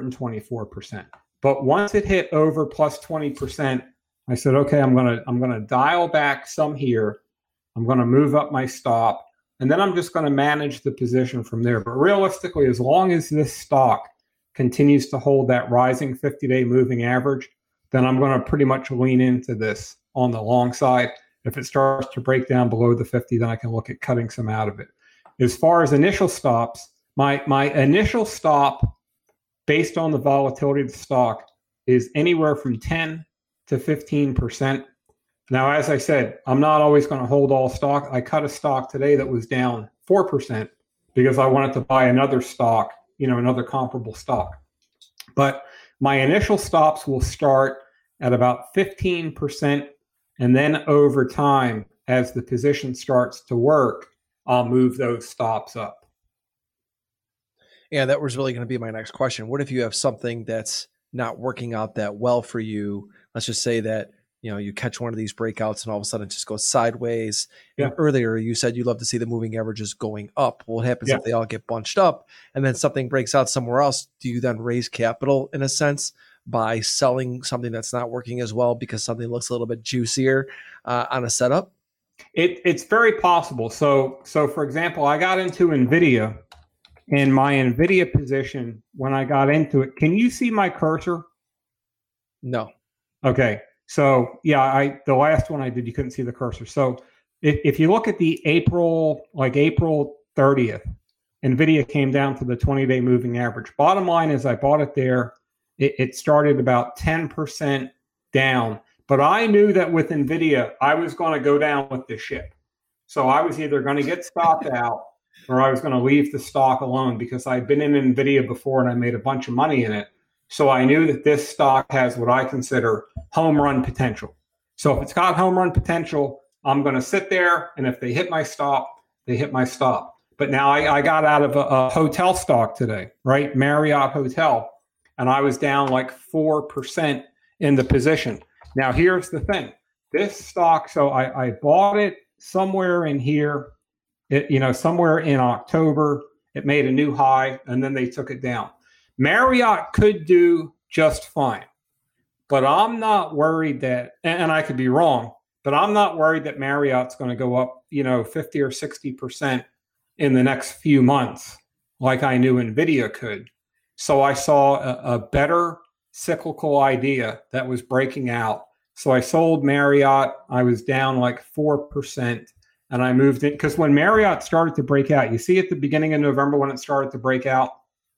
124%. But once it hit over plus 20%, I said, okay, I'm gonna dial back some here. I'm gonna move up my stop, and then I'm just gonna manage the position from there. But realistically, as long as this stock continues to hold that rising 50-day moving average, then I'm gonna pretty much lean into this on the long side. If it starts to break down below the 50, then I can look at cutting some out of it. As far as initial stops, my initial stop based on the volatility of the stock is anywhere from 10 to 15%. Now, as I said, I'm not always going to hold all stock. I cut a stock today that was down 4% because I wanted to buy another stock, another comparable stock. But my initial stops will start at about 15%. And then over time, as the position starts to work, I'll move those stops up. Yeah, that was really going to be my next question. What if you have something that's not working out that well for you? Let's just say that, you catch one of these breakouts and all of a sudden it just goes sideways. Yeah. And earlier you said you love to see the moving averages going up. Well, what happens if they all get bunched up and then something breaks out somewhere else? Do you then raise capital in a sense by selling something that's not working as well because something looks a little bit juicier on a setup? It's very possible. So for example, I got into NVIDIA, and my NVIDIA position, when I got into it, can you see my cursor? No. Okay. So the last one I did, you couldn't see the cursor. So if you look at the April 30th, NVIDIA came down to the 20-day moving average. Bottom line is I bought it there. It started about 10% down. But I knew that with NVIDIA, I was going to go down with the ship. So I was either going to get stopped out or I was going to leave the stock alone, because I'd been in NVIDIA before and I made a bunch of money in it. So I knew that this stock has what I consider home run potential. So if it's got home run potential, I'm going to sit there, and if they hit my stop, they hit my stop. But now I got out of a hotel stock today, right? Marriott Hotel, and I was down like 4% in the position. Now, here's the thing. This stock, so I bought it somewhere in here, somewhere in October. It made a new high, and then they took it down. Marriott could do just fine, but I'm not worried that, and I could be wrong, but I'm not worried that Marriott's going to go up, 50 or 60% in the next few months, like I knew NVIDIA could. So I saw a better cyclical idea that was breaking out. So I sold Marriott. I was down like 4%, and I moved in because when Marriott started to break out, you see at the beginning of November when it started to break out?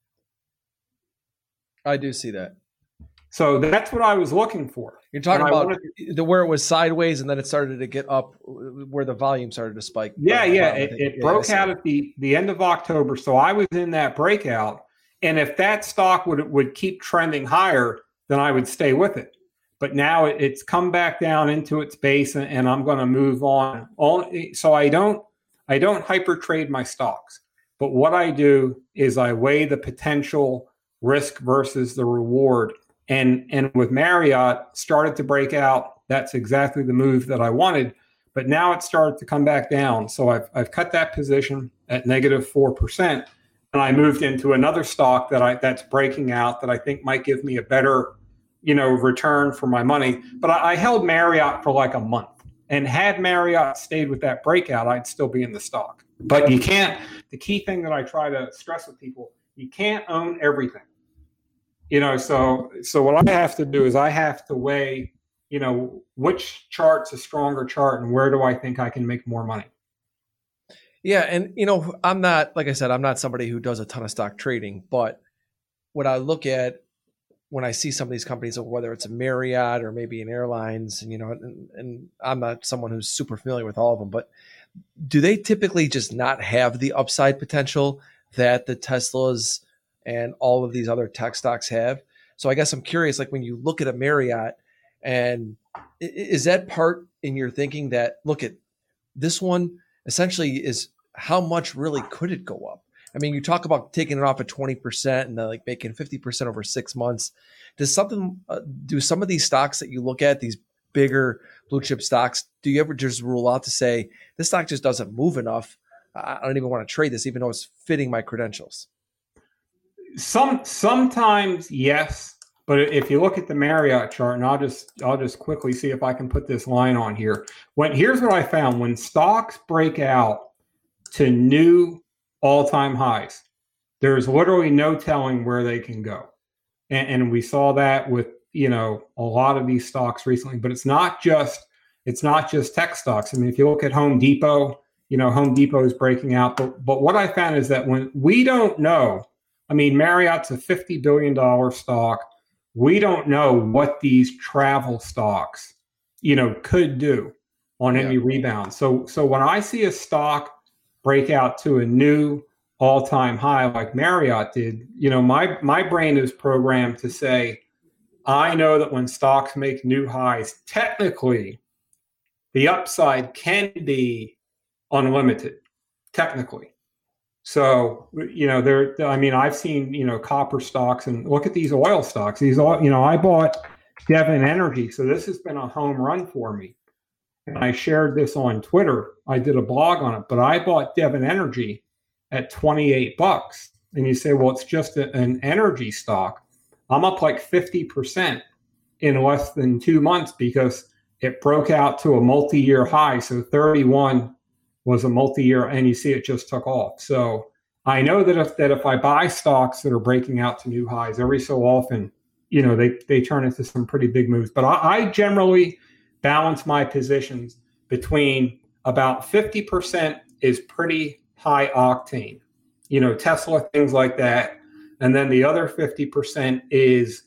I do see that. So that's what I was looking for. You're talking about where it was sideways and then it started to get up, where the volume started to spike. Yeah. It broke out at the end of October. So I was in that breakout. And if that stock would keep trending higher, then I would stay with it. But now it's come back down into its base, and I'm going to move on. So I don't hyper trade my stocks. But what I do is I weigh the potential risk versus the reward. And with Marriott started to break out, that's exactly the move that I wanted. But now it started to come back down. So I've cut that position at negative 4%. And I moved into another stock that's breaking out that I think might give me a better, return for my money. But I held Marriott for like a month. And had Marriott stayed with that breakout, I'd still be in the stock. But you can't, the key thing that I try to stress with people, you can't own everything. So what I have to do is I have to weigh, which chart's a stronger chart and where do I think I can make more money. Yeah. And, I'm not, like I said, I'm not somebody who does a ton of stock trading, but what I look at when I see some of these companies, whether it's a Marriott or maybe an airlines, and I'm not someone who's super familiar with all of them, but do they typically just not have the upside potential that the Teslas and all of these other tech stocks have? So I guess I'm curious, like when you look at a Marriott, and is that part in your thinking that, look at this one essentially is how much really could it go up? I mean, you talk about taking it off at 20% and then like making 50% over 6 months. Do some of these stocks that you look at, these bigger blue chip stocks, do you ever just rule out to say this stock just doesn't move enough? I don't even want to trade this, even though it's fitting my credentials. Sometimes yes, but if you look at the Marriott chart, and I'll just quickly see if I can put this line on here. Here's what I found: when stocks break out to new all-time highs, there's literally no telling where they can go, and we saw that with a lot of these stocks recently. But it's not just tech stocks. I mean, if you look at Home Depot, Home Depot is breaking out. But what I found is that when we don't know. I mean, Marriott's a $50 billion stock. We don't know what these travel stocks, could do on any rebound. So when I see a stock break out to a new all-time high like Marriott did, my brain is programmed to say, I know that when stocks make new highs, technically, the upside can be unlimited, technically. So, I've seen, copper stocks, and look at these oil stocks. I bought Devon Energy. So this has been a home run for me. And I shared this on Twitter. I did a blog on it, but I bought Devon Energy at $28. And you say, well, it's just an energy stock. I'm up like 50% in less than 2 months because it broke out to a multi-year high. So 31 was a multi-year, and you see it just took off. So I know that if I buy stocks that are breaking out to new highs every so often, they turn into some pretty big moves. But I generally balance my positions between about 50% is pretty high octane, Tesla, things like that. And then the other 50% is,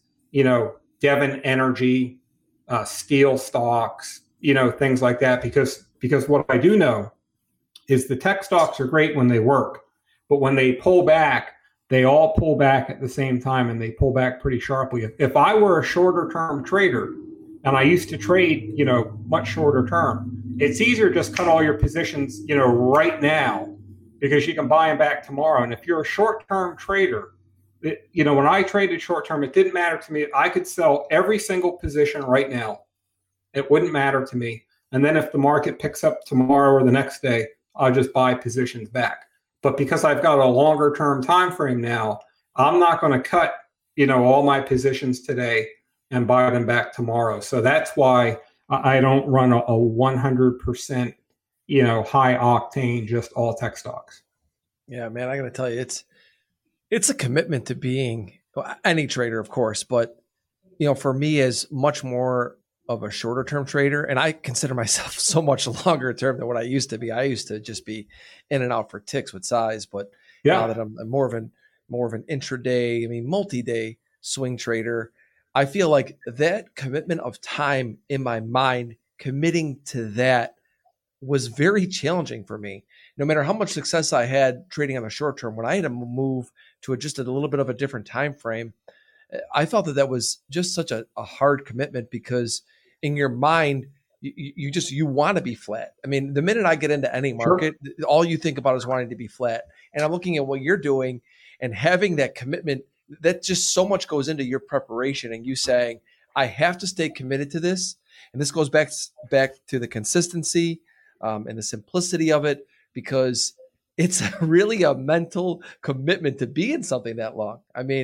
Devon Energy, steel stocks, things like that. Because what I do know is the tech stocks are great when they work, but when they pull back, they all pull back at the same time, and they pull back pretty sharply. If I were a shorter term trader and I used to trade, much shorter term, it's easier to just cut all your positions, right now, because you can buy them back tomorrow. And if you're a short term trader, when I traded short term, it didn't matter to me. I could sell every single position right now. It wouldn't matter to me. And then if the market picks up tomorrow or the next day, I'll just buy positions back. But because I've got a longer term time frame now, I'm not going to cut, all my positions today and buy them back tomorrow. So that's why I don't run a 100%, high octane, just all tech stocks. Yeah, man, I got to tell you, it's a commitment to being any trader, of course, but for me, as much more of a shorter term trader, and I consider myself so much longer term than what I used to be. I used to just be in and out for ticks with size, but now that I'm more of an intraday, multi-day swing trader, I feel like that commitment of time in my mind, committing to that, was very challenging for me. No matter how much success I had trading on the short term, when I had to move to just a little bit of a different time frame, I felt that was just such a hard commitment, because in your mind, you want to be flat. The minute I get into any market, all you think about is wanting to be flat. And I'm looking at what you're doing and having that commitment, that just so much goes into your preparation and you saying, I have to stay committed to this. And this goes back to the consistency and the simplicity of it, because it's really a mental commitment to be in something that long.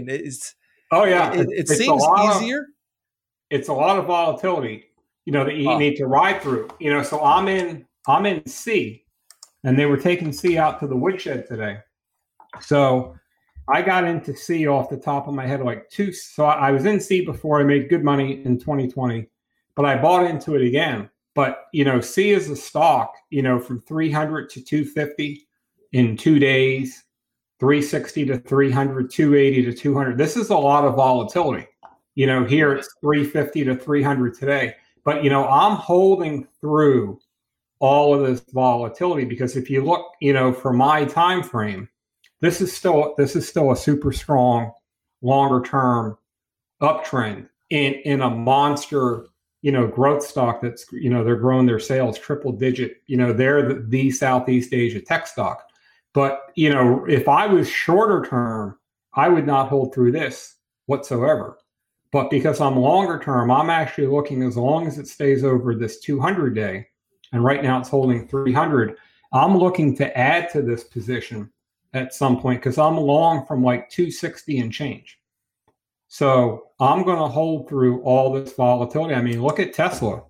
It seems easier. It's a lot of volatility, that you need to ride through. So I'm in C, and they were taking C out to the woodshed today. So I got into C off the top of my head So I was in C before. I made good money in 2020, but I bought into it again. But C is a stock, from 300 to 250 in 2 days, 360 to 300, 280 to 200. This is a lot of volatility. Here it's 350 to 300 today. But, I'm holding through all of this volatility, because if you look, for my time frame, this is still a super strong, longer term uptrend in a monster, growth stock that's, they're growing their sales triple digit. They're the Southeast Asia tech stock. But, if I was shorter term, I would not hold through this whatsoever. But because I'm longer term, I'm actually looking, as long as it stays over this 200 day, and right now it's holding 300, I'm looking to add to this position at some point, because I'm long from 260 and change. So I'm going to hold through all this volatility. Look at Tesla.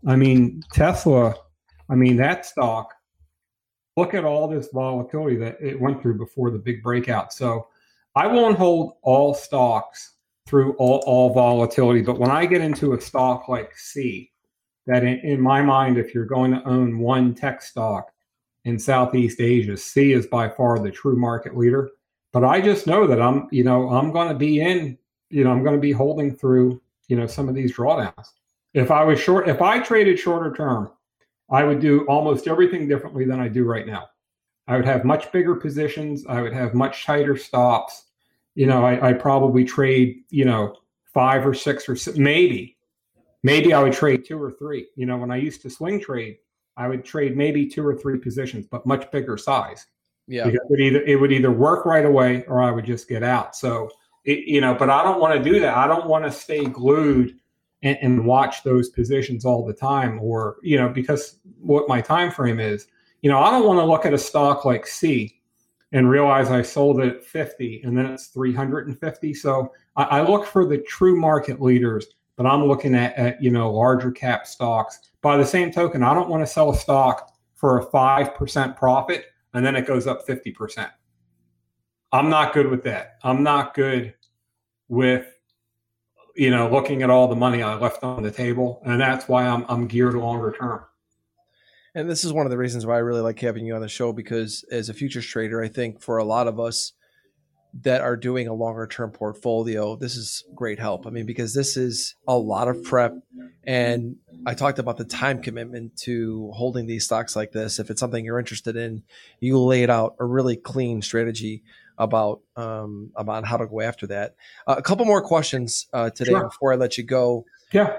That stock, look at all this volatility that it went through before the big breakout. So I won't hold all stocks through all volatility. But when I get into a stock like C, that in my mind, if you're going to own one tech stock in Southeast Asia, C is by far the true market leader. But I just know that I'm going to be I'm going to be holding through, some of these drawdowns. If I traded shorter term, I would do almost everything differently than I do right now. I would have much bigger positions. I would have much tighter stops. I probably trade, 5 or 6 or 6, maybe I would trade 2 or 3. When I used to swing trade, I would trade maybe 2 or 3 positions, but much bigger size. Yeah. Because it would either work right away or I would just get out. So, but I don't want to do that. I don't want to stay glued and watch those positions all the time, or, because what my time frame is, I don't want to look at a stock like C and realize I sold it at 50 and then it's 350. So I look for the true market leaders, but I'm looking at larger cap stocks. By the same token, I don't want to sell a stock for a 5% profit and then it goes up 50%. I'm not good with that. I'm not good with, looking at all the money I left on the table. And that's why I'm geared longer term. And this is one of the reasons why I really like having you on the show, because as a futures trader, I think for a lot of us that are doing a longer term portfolio, this is great help. Because this is a lot of prep. And I talked about the time commitment to holding these stocks like this. If it's something you're interested in, you lay it out a really clean strategy about how to go after that. A couple more questions today before I let you go. Yeah.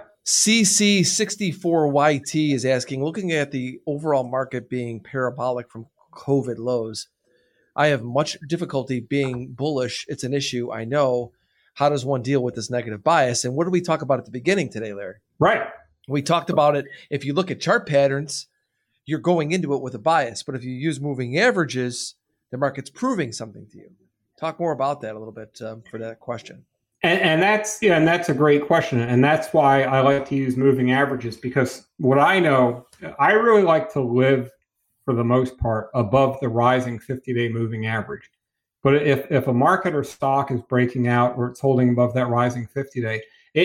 CC64YT is asking, looking at the overall market being parabolic from COVID lows, I have much difficulty being bullish. It's an issue, I know. How does one deal with this negative bias? And what did we talk about at the beginning today, Larry? Right. We talked about it. If you look at chart patterns, you're going into it with a bias. But if you use moving averages, the market's proving something to you. Talk more about that a little bit for that question. And that's a great question. And that's why I like to use moving averages, because what I know, I really like to live, for the most part, above the rising 50-day moving average. But if a market or stock is breaking out or it's holding above that rising 50-day,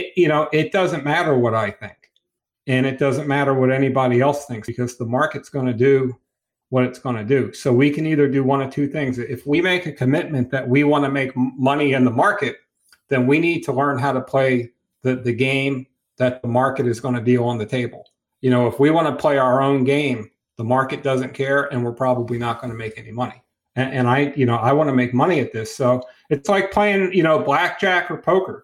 it doesn't matter what I think. And it doesn't matter what anybody else thinks, because the market's going to do what it's going to do. So we can either do one of two things. If we make a commitment that we want to make money in the market, then we need to learn how to play the game that the market is going to deal on the table. If we want to play our own game, the market doesn't care, and we're probably not going to make any money. And I want to make money at this. So it's like playing, blackjack or poker.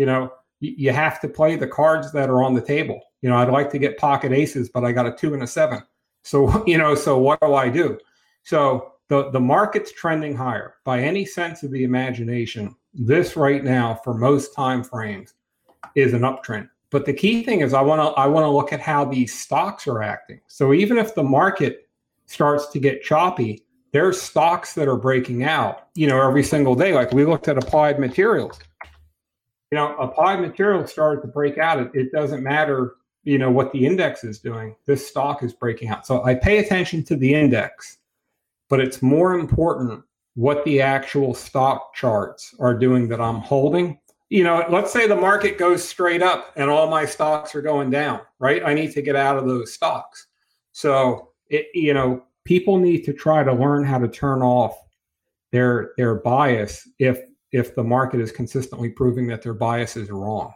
You have to play the cards that are on the table. I'd like to get pocket aces, but I got a 2 and a 7. So, so what do I do? So the market's trending higher. By any sense of the imagination, this right now for most time frames is an uptrend. But the key thing is I want to look at how these stocks are acting. So even if the market starts to get choppy, there's stocks that are breaking out, every single day. Like we looked at Applied Materials. Applied Materials started to break out. It doesn't matter, what the index is doing. This stock is breaking out. So I pay attention to the index, but it's more important what the actual stock charts are doing that I'm holding. Let's say the market goes straight up and all my stocks are going down, right? I need to get out of those stocks. So, people need to try to learn how to turn off their bias if the market is consistently proving that their bias is wrong.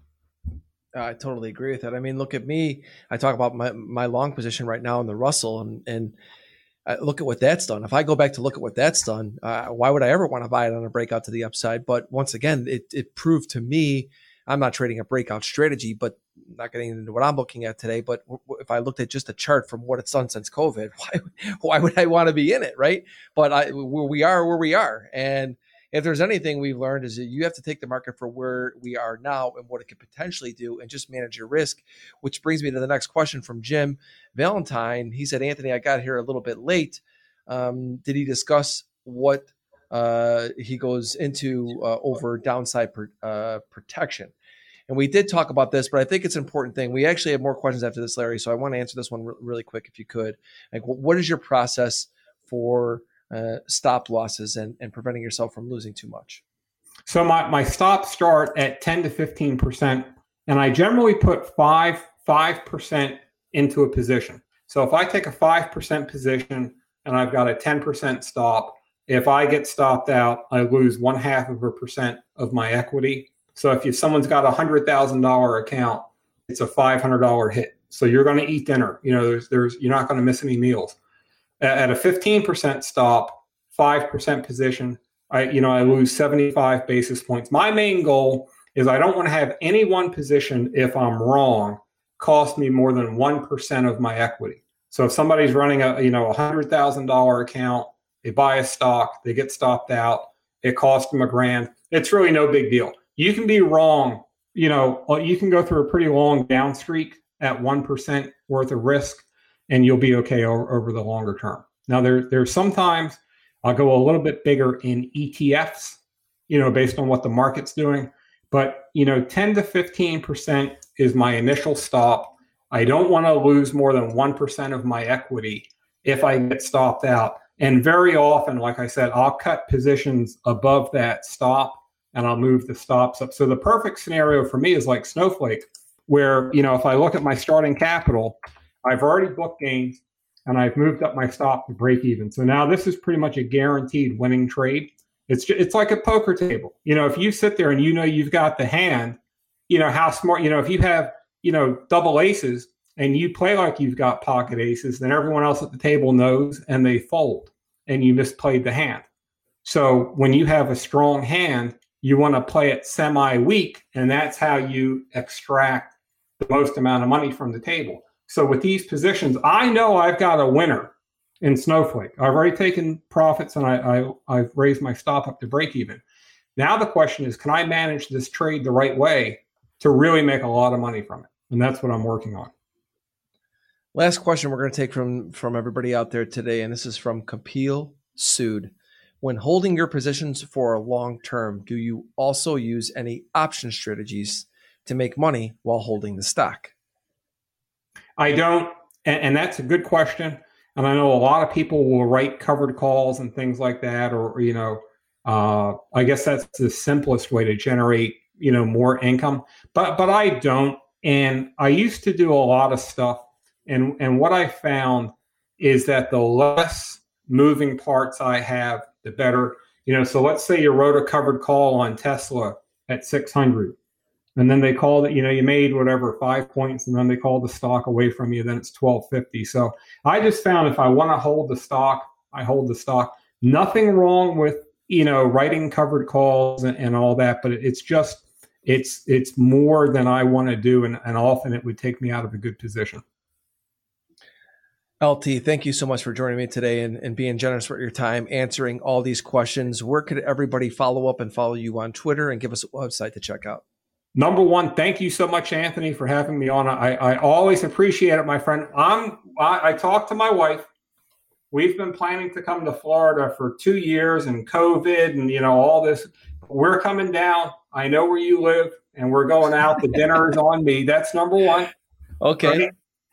I totally agree with that. I mean, look at me. I talk about my long position right now in the Russell, and look at what that's done. If I go back to look at what that's done, why would I ever want to buy it on a breakout to the upside? But once again, it proved to me, I'm not trading a breakout strategy, but not getting into what I'm looking at today. But if I looked at just a chart from what it's done since COVID, why would I want to be in it, right? But we are where we are. And if there's anything we've learned is that you have to take the market for where we are now and what it could potentially do and just manage your risk, which brings me to the next question from Jim Valentine. He said, Anthony, I got here a little bit late. Did he discuss what he goes into over downside protection? And we did talk about this, but I think it's an important thing. We actually have more questions after this, Larry, so I want to answer this one really quick if you could. Like, what is your process for stop losses and preventing yourself from losing too much? So my stops start at 10 to 15%, and I generally put 5% into a position. So if I take a 5% position and I've got a 10% stop, if I get stopped out, I lose 0.5% of my equity. So if someone's got a $100,000 account, it's a $500 hit. So you're going to eat dinner. You're not going to miss any meals. At a 15% stop, 5% position, I lose 75 basis points. My main goal is I don't want to have any one position, if I'm wrong, cost me more than 1% of my equity. So if somebody's running a $100,000 account, they buy a stock, they get stopped out, it costs them $1,000. It's really no big deal. You can be wrong. You can go through a pretty long down streak at 1% worth of risk, and you'll be okay over the longer term. Now, there's sometimes I'll go a little bit bigger in ETFs, based on what the market's doing. But, 10 to 15% is my initial stop. I don't want to lose more than 1% of my equity if I get stopped out. And very often, like I said, I'll cut positions above that stop and I'll move the stops up. So the perfect scenario for me is like Snowflake, where, if I look at my starting capital, I've already booked gains and I've moved up my stop to break even. So now this is pretty much a guaranteed winning trade. It's like a poker table. If you sit there and you've got the hand, how smart, if you have, double aces and you play like you've got pocket aces, then everyone else at the table knows and they fold and you misplayed the hand. So when you have a strong hand, you want to play it semi-weak, and that's how you extract the most amount of money from the table. So with these positions, I know I've got a winner in Snowflake. I've already taken profits, and I've raised my stop up to break even. Now the question is, can I manage this trade the right way to really make a lot of money from it? And that's what I'm working on. Last question we're going to take from everybody out there today, and this is from Kapil Sood. When holding your positions for a long term, do you also use any option strategies to make money while holding the stock? I don't, and that's a good question. And I know a lot of people will write covered calls and things like that, or I guess that's the simplest way to generate more income. But I don't, and I used to do a lot of stuff, and what I found is that the less moving parts I have, the better. So let's say you wrote a covered call on Tesla at 600. And then they called it, you made whatever 5 points, and then they called the stock away from you. Then it's 1250. So I just found if I want to hold the stock, I hold the stock. Nothing wrong with writing covered calls and all that, but it's more than I want to do, and often it would take me out of a good position. LT, thank you so much for joining me today and being generous with your time, answering all these questions. Where could everybody follow up and follow you on Twitter, and give us a website to check out? Number one, thank you so much, Anthony, for having me on. I always appreciate it, my friend. I talked to my wife. We've been planning to come to Florida for 2 years, and COVID and all this. We're coming down. I know where you live, and we're going out. The dinner is on me. That's number one. Okay. Right?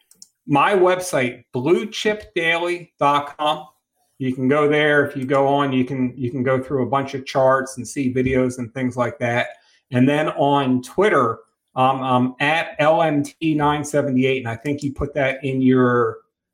My website, bluechipdaily.com. You can go there. If you go on, you can go through a bunch of charts and see videos and things like that. And then on Twitter, I'm at LMT978, and I think you put that in your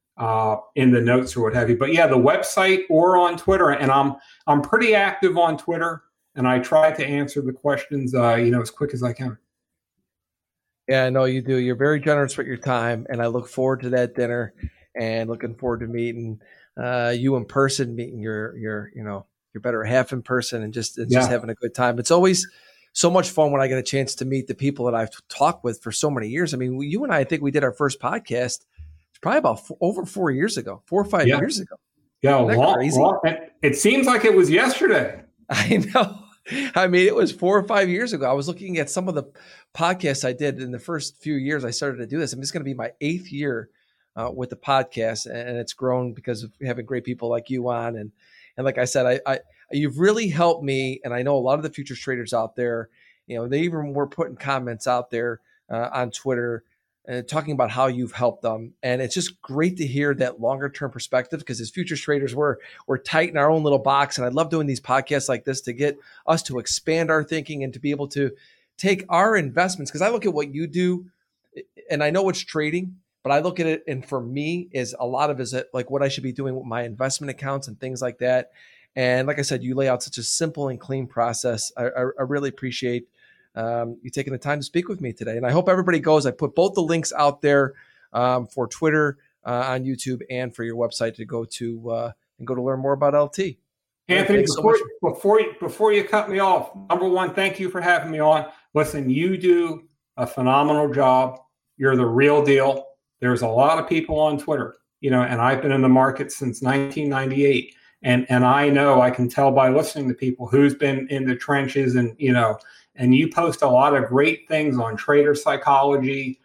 in the notes or what have you. But yeah, the website or on Twitter, and I'm pretty active on Twitter, and I try to answer the questions as quick as I can. Yeah, I know you do. You're very generous with your time, and I look forward to that dinner, and looking forward to meeting you in person, meeting your better half in person, and just having a good time. It's always so much fun when I get a chance to meet the people that I've talked with for so many years. I mean, you and I think we did our first podcast probably about over 4 years ago, 4 or 5 years ago. Yeah, crazy? It seems like it was yesterday. I know. I mean, it was 4 or 5 years ago. I was looking at some of the podcasts I did in the first few years I started to do this. I mean, it's going to be my 8th year with the podcast, and it's grown because of having great people like you on. And like I said, you've really helped me. And I know a lot of the futures traders out there, they even were putting comments out there on Twitter talking about how you've helped them. And it's just great to hear that longer term perspective, because as futures traders, we're tight in our own little box. And I love doing these podcasts like this to get us to expand our thinking and to be able to take our investments. Because I look at what you do, and I know it's trading, but I look at it, and for me, is a lot of is like what I should be doing with my investment accounts and things like that. And like I said, you lay out such a simple and clean process. I really appreciate you taking the time to speak with me today. And I hope everybody goes. I put both the links out there for Twitter on YouTube and for your website to go to and go to learn more about LT. Anthony, before you cut me off, number one, thank you for having me on. Listen, you do a phenomenal job. You're the real deal. There's a lot of people on Twitter, and I've been in the market since 1998. And I know, I can tell by listening to people who's been in the trenches, and you post a lot of great things on trader psychology,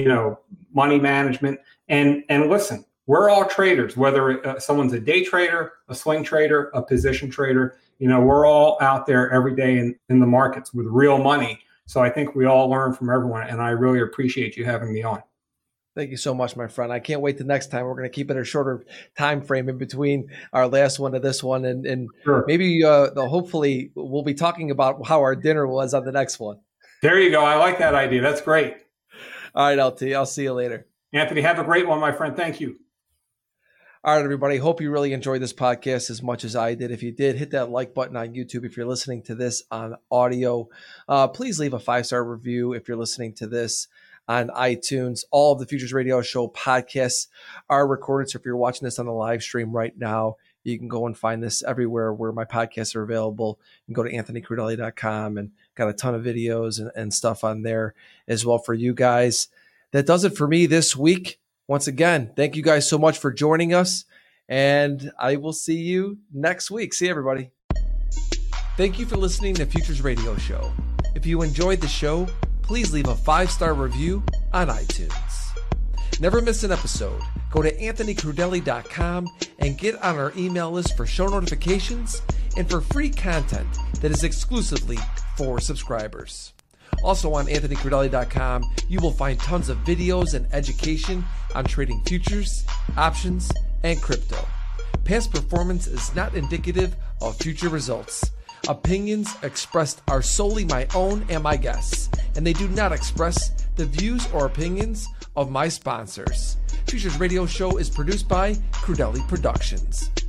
money management. And listen, we're all traders, whether someone's a day trader, a swing trader, a position trader. We're all out there every day in the markets with real money. So I think we all learn from everyone, and I really appreciate you having me on. Thank you so much, my friend. I can't wait the next time. We're going to keep it a shorter time frame in between our last one to this one. And sure. Maybe hopefully we'll be talking about how our dinner was on the next one. There you go. I like that idea. That's great. All right, LT. I'll see you later. Anthony, have a great one, my friend. Thank you. All right, everybody. Hope you really enjoyed this podcast as much as I did. If you did, hit that like button on YouTube. If you're listening to this on audio, please leave a 5-star review. If you're listening to this on iTunes, all of the Futures Radio Show podcasts are recorded. So if you're watching this on the live stream right now, You can go and find this everywhere where my podcasts are available. You can go to anthonycrudele.com and got a ton of videos and stuff on there as well for you guys. That does it for me this week. Once again, thank you guys so much for joining us, and I will see you next week. See you, everybody. Thank you for listening to Futures Radio Show. If you enjoyed the show, please leave a 5-star review on iTunes. Never miss an episode. Go to anthonycrudele.com and get on our email list for show notifications and for free content that is exclusively for subscribers. Also on anthonycrudele.com, you will find tons of videos and education on trading futures, options, and crypto. Past performance is not indicative of future results. Opinions expressed are solely my own and my guests, and they do not express the views or opinions of my sponsors. Futures Radio Show is produced by Crudele Productions.